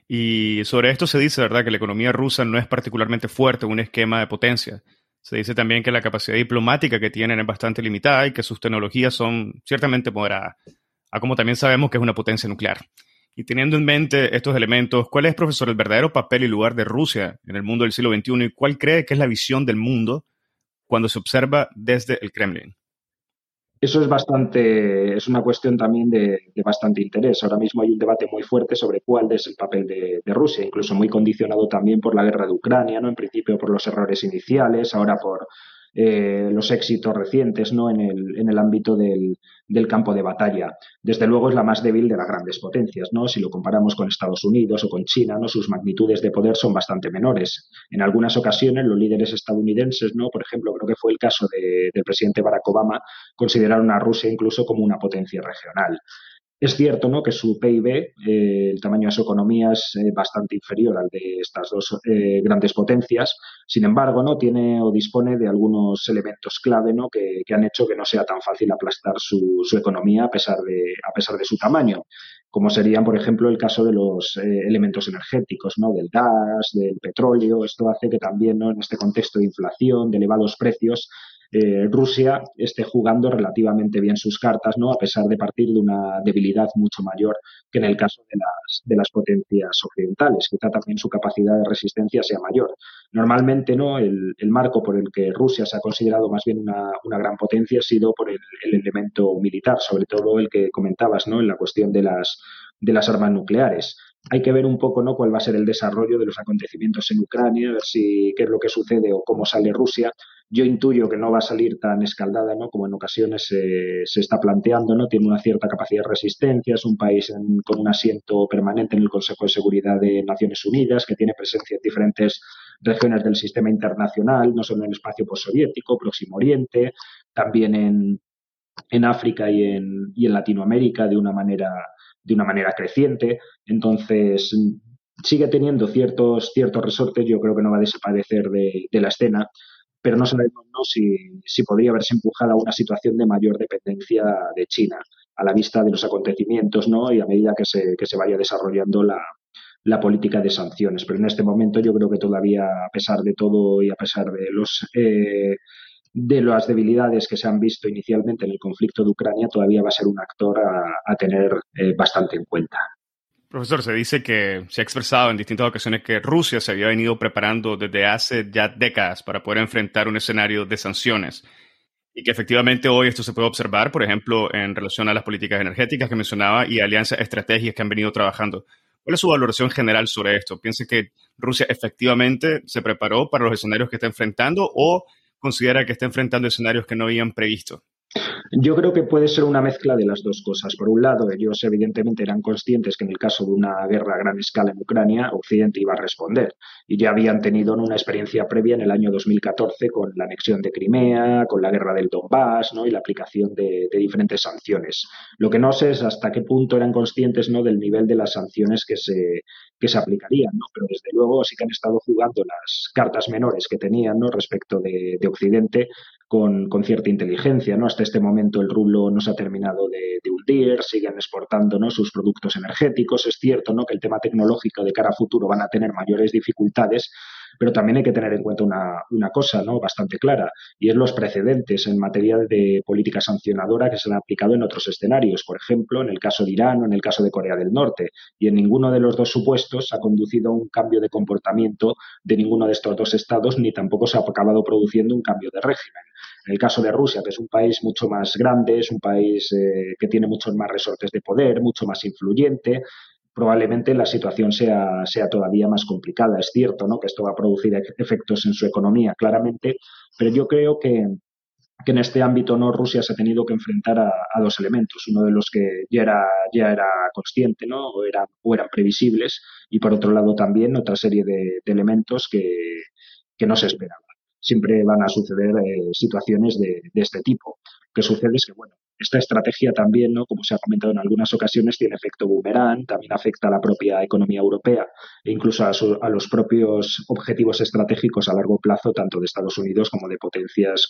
Y sobre esto se dice, ¿verdad?, que la economía rusa no es particularmente fuerte en un esquema de potencia. Se dice también que la capacidad diplomática que tienen es bastante limitada y que sus tecnologías son ciertamente moderadas, a como también sabemos que es una potencia nuclear. Y teniendo en mente estos elementos, ¿cuál es, profesor, el verdadero papel y lugar de Rusia en el mundo del siglo XXI y cuál cree que es la visión del mundo cuando se observa desde el Kremlin? Eso es una cuestión también de bastante interés. Ahora mismo hay un debate muy fuerte sobre cuál es el papel de Rusia, incluso muy condicionado también por la guerra de Ucrania, ¿no? En principio por los errores iniciales, ahora por los éxitos recientes, ¿no?, en el ámbito del campo de batalla. Desde luego es la más débil de las grandes potencias, ¿no? Si lo comparamos con Estados Unidos o con China, ¿no?, sus magnitudes de poder son bastante menores. En algunas ocasiones los líderes estadounidenses, ¿no?, por ejemplo, creo que fue el caso del presidente Barack Obama, consideraron a Rusia incluso como una potencia regional. Es cierto, ¿no?, que su PIB, el tamaño de su economía es bastante inferior al de estas dos grandes potencias. Sin embargo, ¿no?, tiene o dispone de algunos elementos clave, ¿no?, que han hecho que no sea tan fácil aplastar su economía a pesar de su tamaño, como serían, por ejemplo, el caso de los elementos energéticos, ¿no?, del gas, del petróleo. Esto hace que también, ¿no?, en este contexto de inflación, de elevados precios, Rusia esté jugando relativamente bien sus cartas, ¿no?, a pesar de partir de una debilidad mucho mayor que en el caso de las potencias occidentales. Quizá también su capacidad de resistencia sea mayor. Normalmente, ¿no?, el marco por el que Rusia se ha considerado más bien una gran potencia ha sido por el elemento militar, sobre todo el que comentabas, ¿no?, en la cuestión de las armas nucleares. Hay que ver un poco, ¿no?, cuál va a ser el desarrollo de los acontecimientos en Ucrania, a ver qué es lo que sucede o cómo sale Rusia. Yo intuyo que no va a salir tan escaldada, ¿no?, como en ocasiones se está planteando, ¿no? Tiene una cierta capacidad de resistencia, es un país con un asiento permanente en el Consejo de Seguridad de Naciones Unidas, que tiene presencia en diferentes regiones del sistema internacional, no solo en el espacio postsoviético, Próximo Oriente, también en África y en Latinoamérica de una manera creciente. Entonces, sigue teniendo ciertos resortes. Yo creo que no va a desaparecer de la escena, pero no sabemos, ¿no?, si podría verse empujada a una situación de mayor dependencia de China a la vista de los acontecimientos, ¿no?, y a medida que se vaya desarrollando la política de sanciones. Pero en este momento yo creo que todavía, a pesar de todo y a pesar de las debilidades que se han visto inicialmente en el conflicto de Ucrania, todavía va a ser un actor a tener bastante en cuenta. Profesor, se dice que se ha expresado en distintas ocasiones que Rusia se había venido preparando desde hace ya décadas para poder enfrentar un escenario de sanciones y que efectivamente hoy esto se puede observar, por ejemplo, en relación a las políticas energéticas que mencionaba y alianzas estratégicas que han venido trabajando. ¿Cuál es su valoración general sobre esto? ¿Piensa que Rusia efectivamente se preparó para los escenarios que está enfrentando o considera que está enfrentando escenarios que no habían previsto? Yo creo que puede ser una mezcla de las dos cosas. Por un lado, ellos evidentemente eran conscientes que en el caso de una guerra a gran escala en Ucrania, Occidente iba a responder. Y ya habían tenido, ¿no?, una experiencia previa en el año 2014 con la anexión de Crimea, con la guerra del Donbass, ¿no?, y la aplicación de diferentes sanciones. Lo que no sé es hasta qué punto eran conscientes, ¿no?, del nivel de las sanciones que se aplicarían, ¿no? Pero desde luego sí que han estado jugando las cartas menores que tenían, ¿no?, respecto de Occidente con cierta inteligencia, ¿no? Hasta este momento el rublo no se ha terminado de hundir, siguen exportando, ¿no?, sus productos energéticos. Es cierto, ¿no?, que el tema tecnológico de cara a futuro van a tener mayores dificultades, pero también hay que tener en cuenta una cosa, ¿no?, bastante clara, y es los precedentes en materia de política sancionadora que se han aplicado en otros escenarios, por ejemplo, en el caso de Irán o en el caso de Corea del Norte, y en ninguno de los dos supuestos ha conducido a un cambio de comportamiento de ninguno de estos dos estados, ni tampoco se ha acabado produciendo un cambio de régimen. En el caso de Rusia, que es un país mucho más grande, es un país que tiene muchos más resortes de poder, mucho más influyente, probablemente la situación sea todavía más complicada. Es cierto, ¿no?, que esto va a producir efectos en su economía, claramente, pero yo creo que en este ámbito, ¿no?, Rusia se ha tenido que enfrentar a dos elementos, uno de los que ya era consciente, ¿no?, o eran previsibles, y por otro lado también otra serie de elementos que no se esperaban. Siempre van a suceder situaciones de este tipo. Lo que sucede es que, bueno, esta estrategia también, ¿no?, como se ha comentado en algunas ocasiones, tiene efecto boomerang, también afecta a la propia economía europea e incluso a los propios objetivos estratégicos a largo plazo, tanto de Estados Unidos como de potencias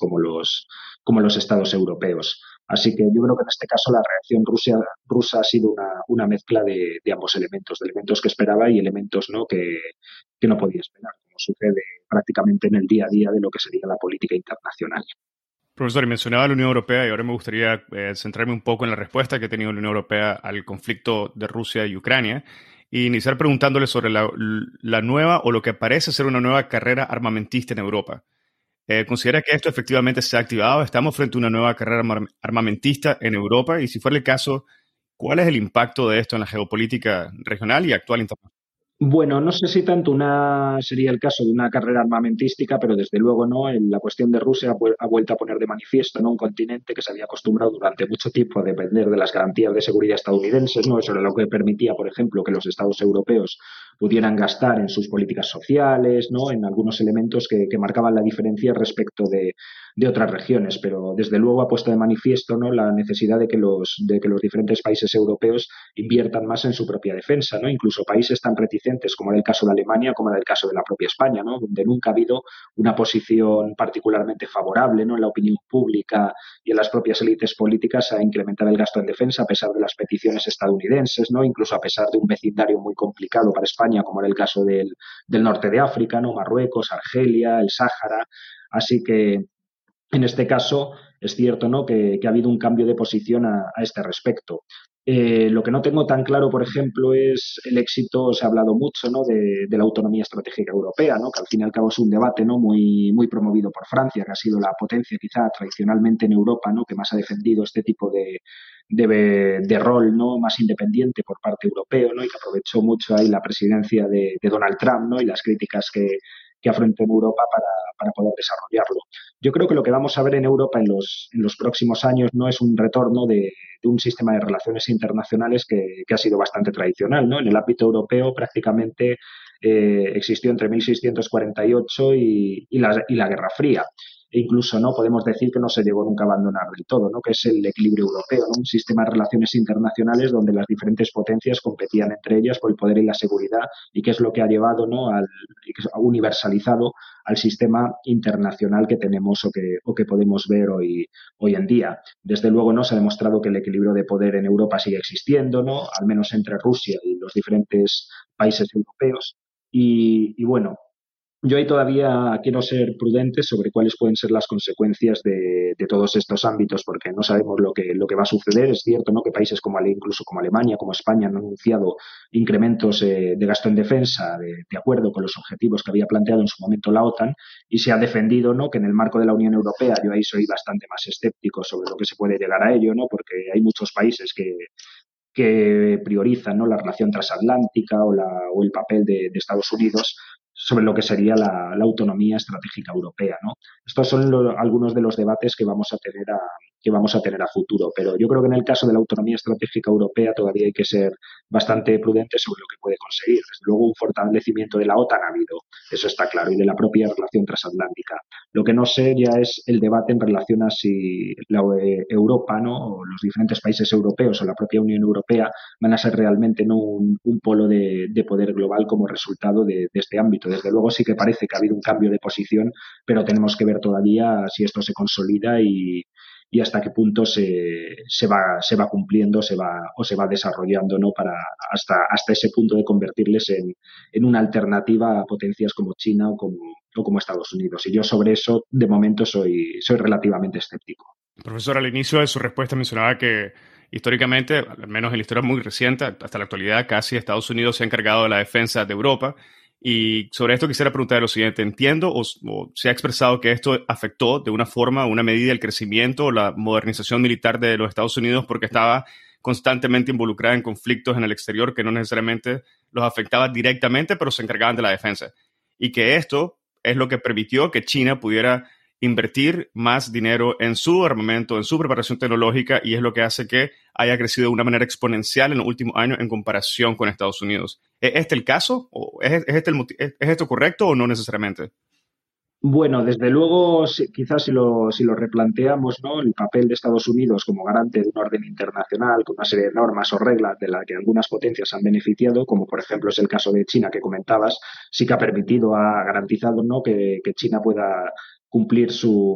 como los estados europeos. Así que yo creo que en este caso la reacción rusa ha sido una mezcla de ambos elementos, de elementos que esperaba y elementos, ¿no?, que no podía esperar, como sucede prácticamente en el día a día de lo que sería la política internacional. Profesor, y mencionaba la Unión Europea y ahora me gustaría centrarme un poco en la respuesta que ha tenido la Unión Europea al conflicto de Rusia y Ucrania e iniciar preguntándole sobre la nueva o lo que parece ser una nueva carrera armamentista en Europa. ¿Considera que esto efectivamente se ha activado? ¿Estamos frente a una nueva carrera armamentista en Europa? Y si fuera el caso, ¿cuál es el impacto de esto en la geopolítica regional y actual internacional? Bueno, no sé si tanto sería el caso de una carrera armamentística, pero desde luego no. La cuestión de Rusia ha vuelto a poner de manifiesto, ¿no?, un continente que se había acostumbrado durante mucho tiempo a depender de las garantías de seguridad estadounidenses, ¿no? Eso era lo que permitía, por ejemplo, que los estados europeos pudieran gastar en sus políticas sociales, ¿no?, en algunos elementos que marcaban la diferencia respecto de otras regiones. Pero desde luego ha puesto de manifiesto, ¿no?, la necesidad de que los diferentes países europeos inviertan más en su propia defensa, ¿no? Incluso países tan reticentes como era el caso de Alemania, como era el caso de la propia España, ¿no?, donde nunca ha habido una posición particularmente favorable, ¿no?, en la opinión pública y en las propias élites políticas a incrementar el gasto en defensa a pesar de las peticiones estadounidenses, ¿no?, incluso a pesar de un vecindario muy complicado para España, como era el caso del norte de África, ¿no?, Marruecos, Argelia, el Sáhara. Así que en este caso, es cierto, ¿no?, que ha habido un cambio de posición a este respecto. Lo que no tengo tan claro, por ejemplo, es el éxito. Se ha hablado mucho, ¿no?, de la autonomía estratégica europea, ¿no?, que al fin y al cabo es un debate, ¿no?, muy, muy promovido por Francia, que ha sido la potencia quizá tradicionalmente en Europa, ¿no?, que más ha defendido este tipo de rol, ¿no?, más independiente por parte europeo, ¿no?, y que aprovechó mucho ahí la presidencia de Donald Trump, ¿no?, y las críticas que afrontó en Europa para poder desarrollarlo. Yo creo que lo que vamos a ver en Europa en los próximos años no es un retorno de un sistema de relaciones internacionales que ha sido bastante tradicional, ¿no? En el ámbito europeo prácticamente existió entre 1648 y la Guerra Fría. E incluso no podemos decir que no se llegó nunca a abandonar del todo, ¿no?, que es el equilibrio europeo, ¿no?, un sistema de relaciones internacionales donde las diferentes potencias competían entre ellas por el poder y la seguridad, y que es lo que ha llevado, ¿no?, y que ha universalizado al sistema internacional que tenemos o que podemos ver hoy en día. Desde luego, no se ha demostrado que el equilibrio de poder en Europa sigue existiendo, ¿no?, al menos entre Rusia y los diferentes países europeos. Y bueno, yo ahí todavía quiero ser prudente sobre cuáles pueden ser las consecuencias de todos estos ámbitos, porque no sabemos lo que va a suceder. Es cierto, ¿no?, que países incluso como Alemania, como España, han anunciado incrementos de gasto en defensa de acuerdo con los objetivos que había planteado en su momento la OTAN, y se ha defendido, ¿no?, que en el marco de la Unión Europea, yo ahí soy bastante más escéptico sobre lo que se puede llegar a ello, ¿no?, porque hay muchos países que priorizan, ¿no?, la relación transatlántica o el papel de Estados Unidos sobre lo que sería la autonomía estratégica europea, ¿no? Estos son algunos de los debates que vamos a tener que vamos a tener a futuro. Pero yo creo que en el caso de la autonomía estratégica europea todavía hay que ser bastante prudente sobre lo que puede conseguir. Desde luego, un fortalecimiento de la OTAN ha habido, eso está claro, y de la propia relación transatlántica. Lo que no sé ya es el debate en relación a si la Europa, ¿no?, o los diferentes países europeos o la propia Unión Europea van a ser realmente, ¿no?, un polo de poder global como resultado de este ámbito. Desde luego sí que parece que ha habido un cambio de posición, pero tenemos que ver todavía si esto se consolida y hasta qué punto se va cumpliendo se va desarrollando, ¿no?, para hasta ese punto de convertirles en una alternativa a potencias como China o como Estados Unidos. Y yo sobre eso, de momento, soy relativamente escéptico. Profesor, al inicio de su respuesta mencionaba que históricamente, al menos en la historia muy reciente, hasta la actualidad, casi Estados Unidos se ha encargado de la defensa de Europa. Y sobre esto quisiera preguntar lo siguiente. Entiendo o se ha expresado que esto afectó de una forma, una medida, el crecimiento o la modernización militar de los Estados Unidos porque estaba constantemente involucrada en conflictos en el exterior que no necesariamente los afectaba directamente, pero se encargaban de la defensa. Y que esto es lo que permitió que China pudiera invertir más dinero en su armamento, en su preparación tecnológica, y es lo que hace que haya crecido de una manera exponencial en los últimos años en comparación con Estados Unidos. ¿Es este el caso? ¿O es esto correcto o no necesariamente? Bueno, desde luego, quizás si lo replanteamos, ¿no?, el papel de Estados Unidos como garante de un orden internacional con una serie de normas o reglas de las que algunas potencias han beneficiado, como por ejemplo es el caso de China que comentabas, sí que ha garantizado, ¿no?, que China pueda cumplir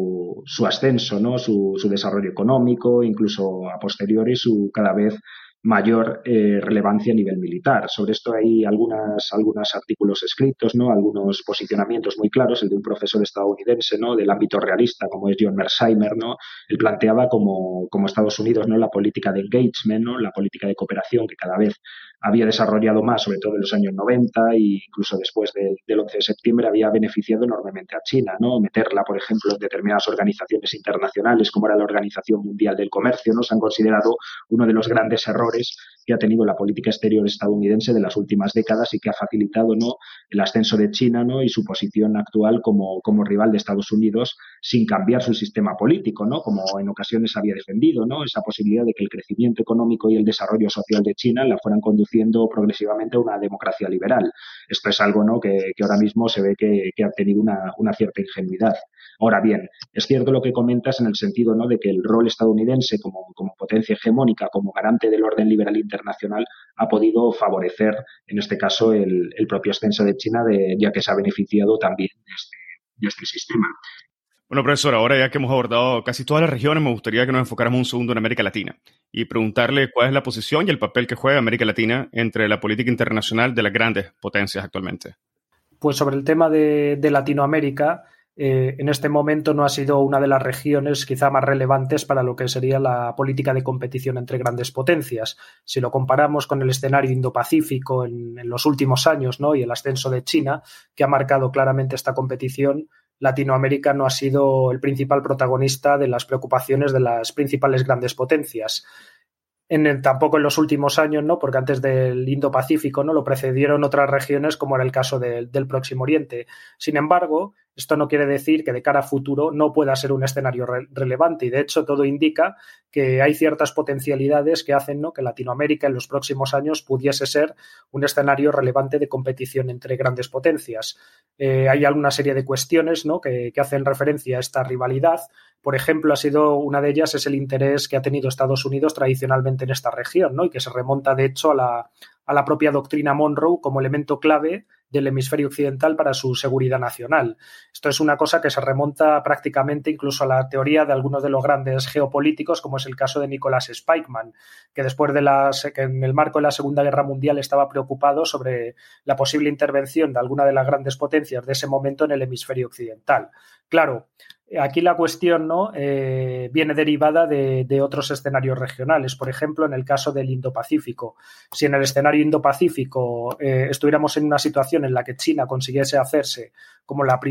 su ascenso, ¿no?, su desarrollo económico, incluso a posteriori su cada vez mayor relevancia a nivel militar. Sobre esto hay algunos artículos escritos, ¿no?, algunos posicionamientos muy claros. El de un profesor estadounidense, ¿no?, del ámbito realista, como es John Mearsheimer, ¿no? Él planteaba como Estados Unidos, ¿no?, la política de engagement, ¿no?, la política de cooperación que cada vez había desarrollado más, sobre todo en los años 90 e incluso después del 11 de septiembre, había beneficiado enormemente a China, ¿no? Meterla, por ejemplo, en determinadas organizaciones internacionales, como era la Organización Mundial del Comercio, ¿no? Se han considerado uno de los grandes errores que ha tenido la política exterior estadounidense de las últimas décadas y que ha facilitado, ¿no?, el ascenso de China, ¿no?, y su posición actual como rival de Estados Unidos sin cambiar su sistema político, ¿no?, como en ocasiones había defendido, ¿no?, esa posibilidad de que el crecimiento económico y el desarrollo social de China la fueran conduciendo progresivamente a una democracia liberal. Esto es algo, ¿no?, que ahora mismo se ve que ha tenido una cierta ingenuidad. Ahora bien, es cierto lo que comentas en el sentido, ¿no?, de que el rol estadounidense como potencia hegemónica, como garante del orden liberal internacional, ha podido favorecer, en este caso, el propio ascenso de China, ya que se ha beneficiado también de este sistema. Bueno, profesor, ahora ya que hemos abordado casi todas las regiones, me gustaría que nos enfocáramos un segundo en América Latina y preguntarle cuál es la posición y el papel que juega América Latina entre la política internacional de las grandes potencias actualmente. Pues sobre el tema de Latinoamérica, en este momento no ha sido una de las regiones quizá más relevantes para lo que sería la política de competición entre grandes potencias. Si lo comparamos con el escenario Indo-Pacífico en los últimos años, ¿no?, y el ascenso de China, que ha marcado claramente esta competición, Latinoamérica no ha sido el principal protagonista de las preocupaciones de las principales grandes potencias. Tampoco en los últimos años, ¿no?, porque antes del Indo-Pacífico, ¿no?, lo precedieron otras regiones, como era el caso del Próximo Oriente. Sin embargo, esto no quiere decir que de cara a futuro no pueda ser un escenario relevante, y de hecho todo indica que hay ciertas potencialidades que hacen, ¿no?, que Latinoamérica en los próximos años pudiese ser un escenario relevante de competición entre grandes potencias. Hay alguna serie de cuestiones, ¿no?, que hacen referencia a esta rivalidad. Por ejemplo, una de ellas es el interés que ha tenido Estados Unidos tradicionalmente en esta región, ¿no?, y que se remonta, de hecho, a la propia doctrina Monroe como elemento clave del hemisferio occidental para su seguridad nacional. Esto es una cosa que se remonta prácticamente incluso a la teoría de algunos de los grandes geopolíticos, como es el caso de Nicholas Spykman, que después que en el marco de la Segunda Guerra Mundial estaba preocupado sobre la posible intervención de alguna de las grandes potencias de ese momento en el hemisferio occidental. Claro, aquí la cuestión, ¿no?, viene derivada de otros escenarios regionales. Por ejemplo, en el caso del Indo-Pacífico. Si en el escenario Indo-Pacífico estuviéramos en una situación en la que China consiguiese hacerse como la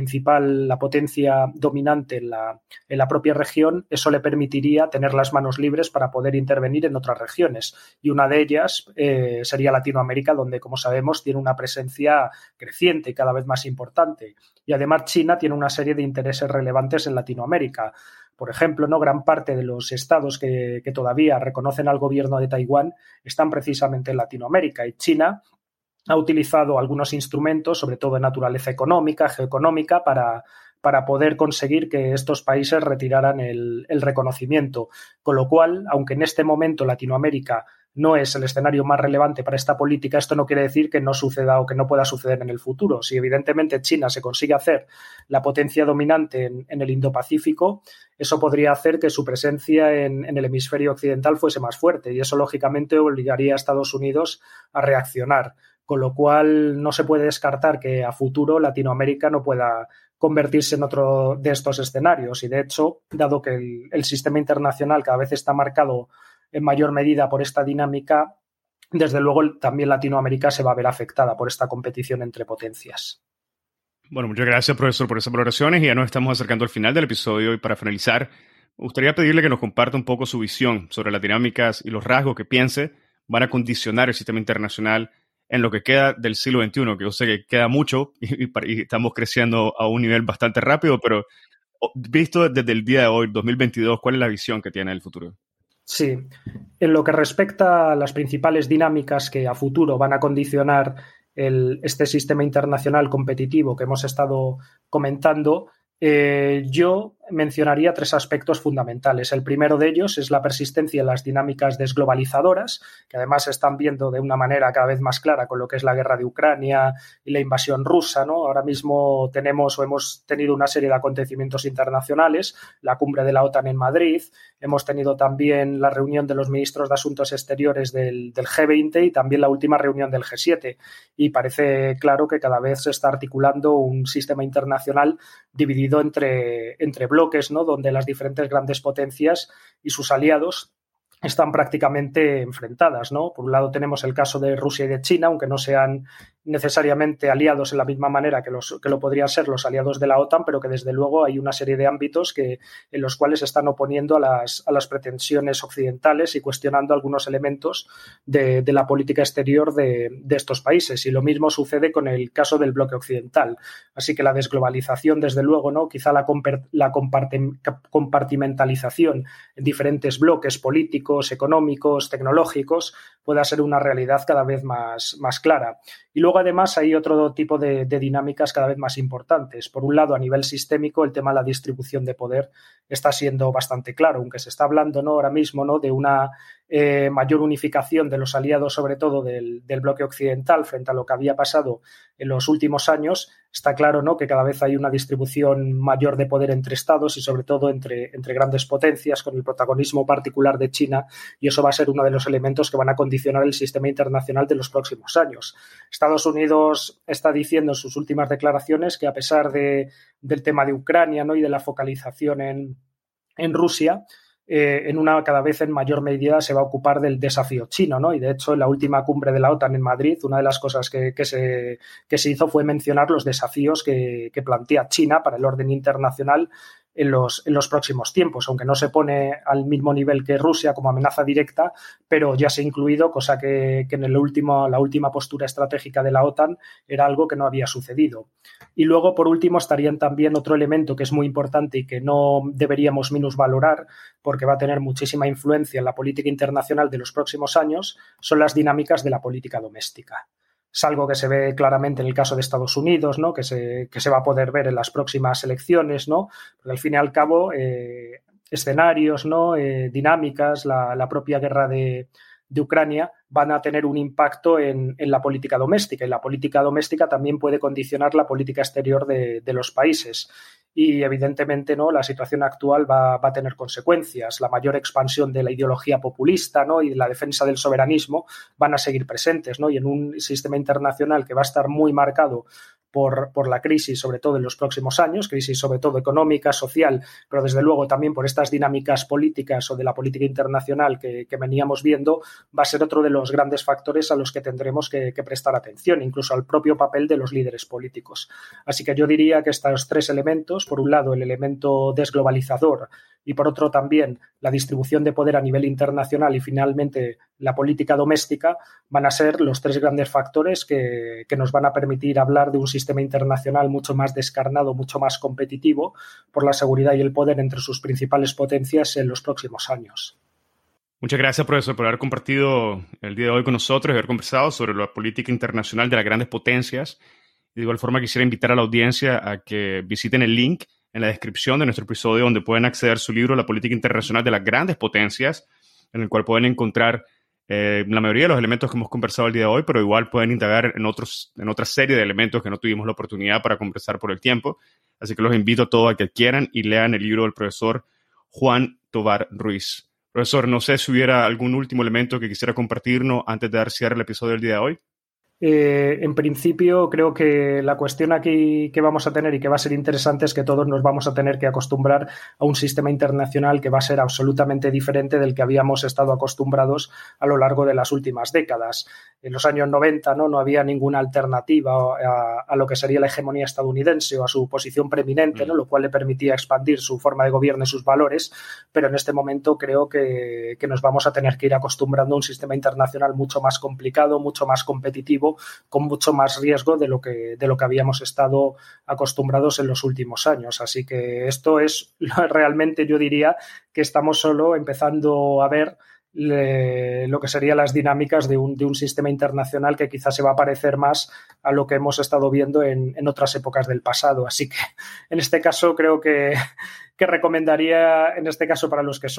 potencia dominante en la propia región, eso le permitiría tener las manos libres para poder intervenir en otras regiones. Y una de ellas sería Latinoamérica, donde, como sabemos, tiene una presencia creciente y cada vez más importante. Y además China tiene una serie de intereses relevantes en Latinoamérica. Por ejemplo, ¿no? Gran parte de los estados que todavía reconocen al gobierno de Taiwán están precisamente en Latinoamérica, y China ha utilizado algunos instrumentos, sobre todo de naturaleza económica, geoeconómica, para poder conseguir que estos países retiraran el reconocimiento. Con lo cual, aunque en este momento Latinoamérica no es el escenario más relevante para esta política, esto no quiere decir que no suceda o que no pueda suceder en el futuro. Si evidentemente China se consigue hacer la potencia dominante en el Indo-Pacífico, eso podría hacer que su presencia en el hemisferio occidental fuese más fuerte, y eso lógicamente obligaría a Estados Unidos a reaccionar. Con lo cual no se puede descartar que a futuro Latinoamérica no pueda convertirse en otro de estos escenarios. Y de hecho, dado que el sistema internacional cada vez está marcado en mayor medida por esta dinámica, desde luego también Latinoamérica se va a ver afectada por esta competición entre potencias. Bueno, muchas gracias, profesor, por esas valoraciones, y ya nos estamos acercando al final del episodio, y para finalizar, me gustaría pedirle que nos comparta un poco su visión sobre las dinámicas y los rasgos que piense van a condicionar el sistema internacional en lo que queda del siglo XXI, que yo sé que queda mucho y estamos creciendo a un nivel bastante rápido, pero visto desde el día de hoy, 2022, ¿cuál es la visión que tiene del futuro? Sí, en lo que respecta a las principales dinámicas que a futuro van a condicionar este sistema internacional competitivo que hemos estado comentando, yo mencionaría 3 aspectos fundamentales. El primero de ellos es la persistencia de las dinámicas desglobalizadoras, que además se están viendo de una manera cada vez más clara con lo que es la guerra de Ucrania y la invasión rusa, ¿no? Ahora mismo hemos tenido una serie de acontecimientos internacionales, la cumbre de la OTAN en Madrid, hemos tenido también la reunión de los ministros de Asuntos Exteriores del G20 y también la última reunión del G7, y parece claro que cada vez se está articulando un sistema internacional dividido entre bloques, ¿no? Donde las diferentes grandes potencias y sus aliados están prácticamente enfrentadas, ¿no? Por un lado tenemos el caso de Rusia y de China, aunque no sean necesariamente aliados en la misma manera que lo podrían ser los aliados de la OTAN, pero que desde luego hay una serie de ámbitos en los cuales se están oponiendo a las pretensiones occidentales y cuestionando algunos elementos de la política exterior de estos países. Y lo mismo sucede con el caso del bloque occidental. Así que la desglobalización, desde luego, ¿no? Quizá la compartimentalización en diferentes bloques políticos, económicos, tecnológicos, pueda ser una realidad cada vez más clara. Y luego, además, hay otro tipo de dinámicas cada vez más importantes. Por un lado, a nivel sistémico, el tema de la distribución de poder está siendo bastante claro, aunque se está hablando, ¿no? Ahora mismo, ¿no? de una mayor unificación de los aliados, sobre todo del bloque occidental, frente a lo que había pasado en los últimos años. Está claro, ¿no? que cada vez hay una distribución mayor de poder entre estados y sobre todo entre grandes potencias, con el protagonismo particular de China, y eso va a ser uno de los elementos que van a condicionar el sistema internacional de los próximos años. Estados Unidos está diciendo en sus últimas declaraciones que, a pesar del tema de Ucrania, ¿no? y de la focalización en Rusia, en una cada vez en mayor medida se va a ocupar del desafío chino, ¿no? Y de hecho, en la última cumbre de la OTAN en Madrid, una de las cosas que se hizo fue mencionar los desafíos que plantea China para el orden internacional en los próximos tiempos, aunque no se pone al mismo nivel que Rusia como amenaza directa, pero ya se ha incluido, cosa que en la última postura estratégica de la OTAN era algo que no había sucedido. Y luego, por último, estarían también otro elemento que es muy importante y que no deberíamos minusvalorar, porque va a tener muchísima influencia en la política internacional de los próximos años, son las dinámicas de la política doméstica. Es algo que se ve claramente en el caso de Estados Unidos, ¿no? que se va a poder ver en las próximas elecciones, ¿no? Porque al fin y al cabo escenarios, ¿no? Dinámicas, la propia guerra de Ucrania van a tener un impacto en la política doméstica, y la política doméstica también puede condicionar la política exterior de los países. Y evidentemente, ¿no? la situación actual va a tener consecuencias. La mayor expansión de la ideología populista, ¿no? y la defensa del soberanismo van a seguir presentes, ¿no? Y en un sistema internacional que va a estar muy marcado por la crisis, sobre todo en los próximos años, crisis sobre todo económica, social, pero desde luego también por estas dinámicas políticas o de la política internacional que veníamos viendo, va a ser otro de los grandes factores a los que tendremos que prestar atención, incluso al propio papel de los líderes políticos. Así que yo diría que estos 3 elementos, por un lado el elemento desglobalizador, y por otro también la distribución de poder a nivel internacional y finalmente la política doméstica, van a ser los tres grandes factores que nos van a permitir hablar de un sistema internacional mucho más descarnado, mucho más competitivo por la seguridad y el poder entre sus principales potencias en los próximos años. Muchas gracias, profesor, por haber compartido el día de hoy con nosotros y haber conversado sobre la política internacional de las grandes potencias. De igual forma, quisiera invitar a la audiencia a que visiten el link en la descripción de nuestro episodio donde pueden acceder a su libro La política internacional de las grandes potencias, en el cual pueden encontrar la mayoría de los elementos que hemos conversado el día de hoy, pero igual pueden indagar en otra serie de elementos que no tuvimos la oportunidad para conversar por el tiempo. Así que los invito a todos a que adquieran y lean el libro del profesor Juan Tovar Ruiz. Profesor, no sé si hubiera algún último elemento que quisiera compartirnos antes de dar cierre al episodio del día de hoy. En principio, creo que la cuestión aquí que vamos a tener y que va a ser interesante es que todos nos vamos a tener que acostumbrar a un sistema internacional que va a ser absolutamente diferente del que habíamos estado acostumbrados a lo largo de las últimas décadas. En los años 90 no había ninguna alternativa a lo que sería la hegemonía estadounidense o a su posición preeminente, lo cual le permitía expandir su forma de gobierno y sus valores, pero en este momento creo que nos vamos a tener que ir acostumbrando a un sistema internacional mucho más complicado, mucho más competitivo, con mucho más riesgo de lo que habíamos estado acostumbrados en los últimos años. Así que esto es realmente, yo diría, que estamos solo empezando a ver lo que serían las dinámicas de un sistema internacional que quizás se va a parecer más a lo que hemos estado viendo en otras épocas del pasado. Así que en este caso creo que recomendaría, en este caso para los que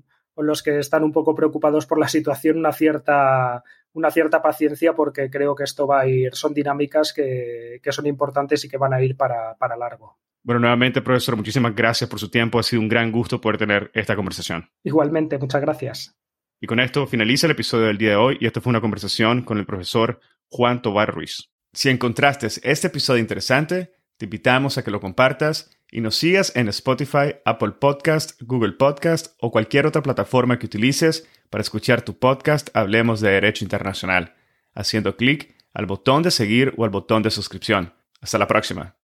están un poco preocupados por la situación, una cierta paciencia, porque creo que esto va a ir, son dinámicas que son importantes y que van a ir para largo. Bueno, nuevamente, profesor, muchísimas gracias por su tiempo. Ha sido un gran gusto poder tener esta conversación. Igualmente, muchas gracias. Y con esto finaliza el episodio del día de hoy y esto fue una conversación con el profesor Juan Tovar Ruiz. Si encontraste este episodio interesante, te invitamos a que lo compartas y nos sigas en Spotify, Apple Podcast, Google Podcast o cualquier otra plataforma que utilices para escuchar tu podcast Hablemos de Derecho Internacional, haciendo clic al botón de seguir o al botón de suscripción. Hasta la próxima.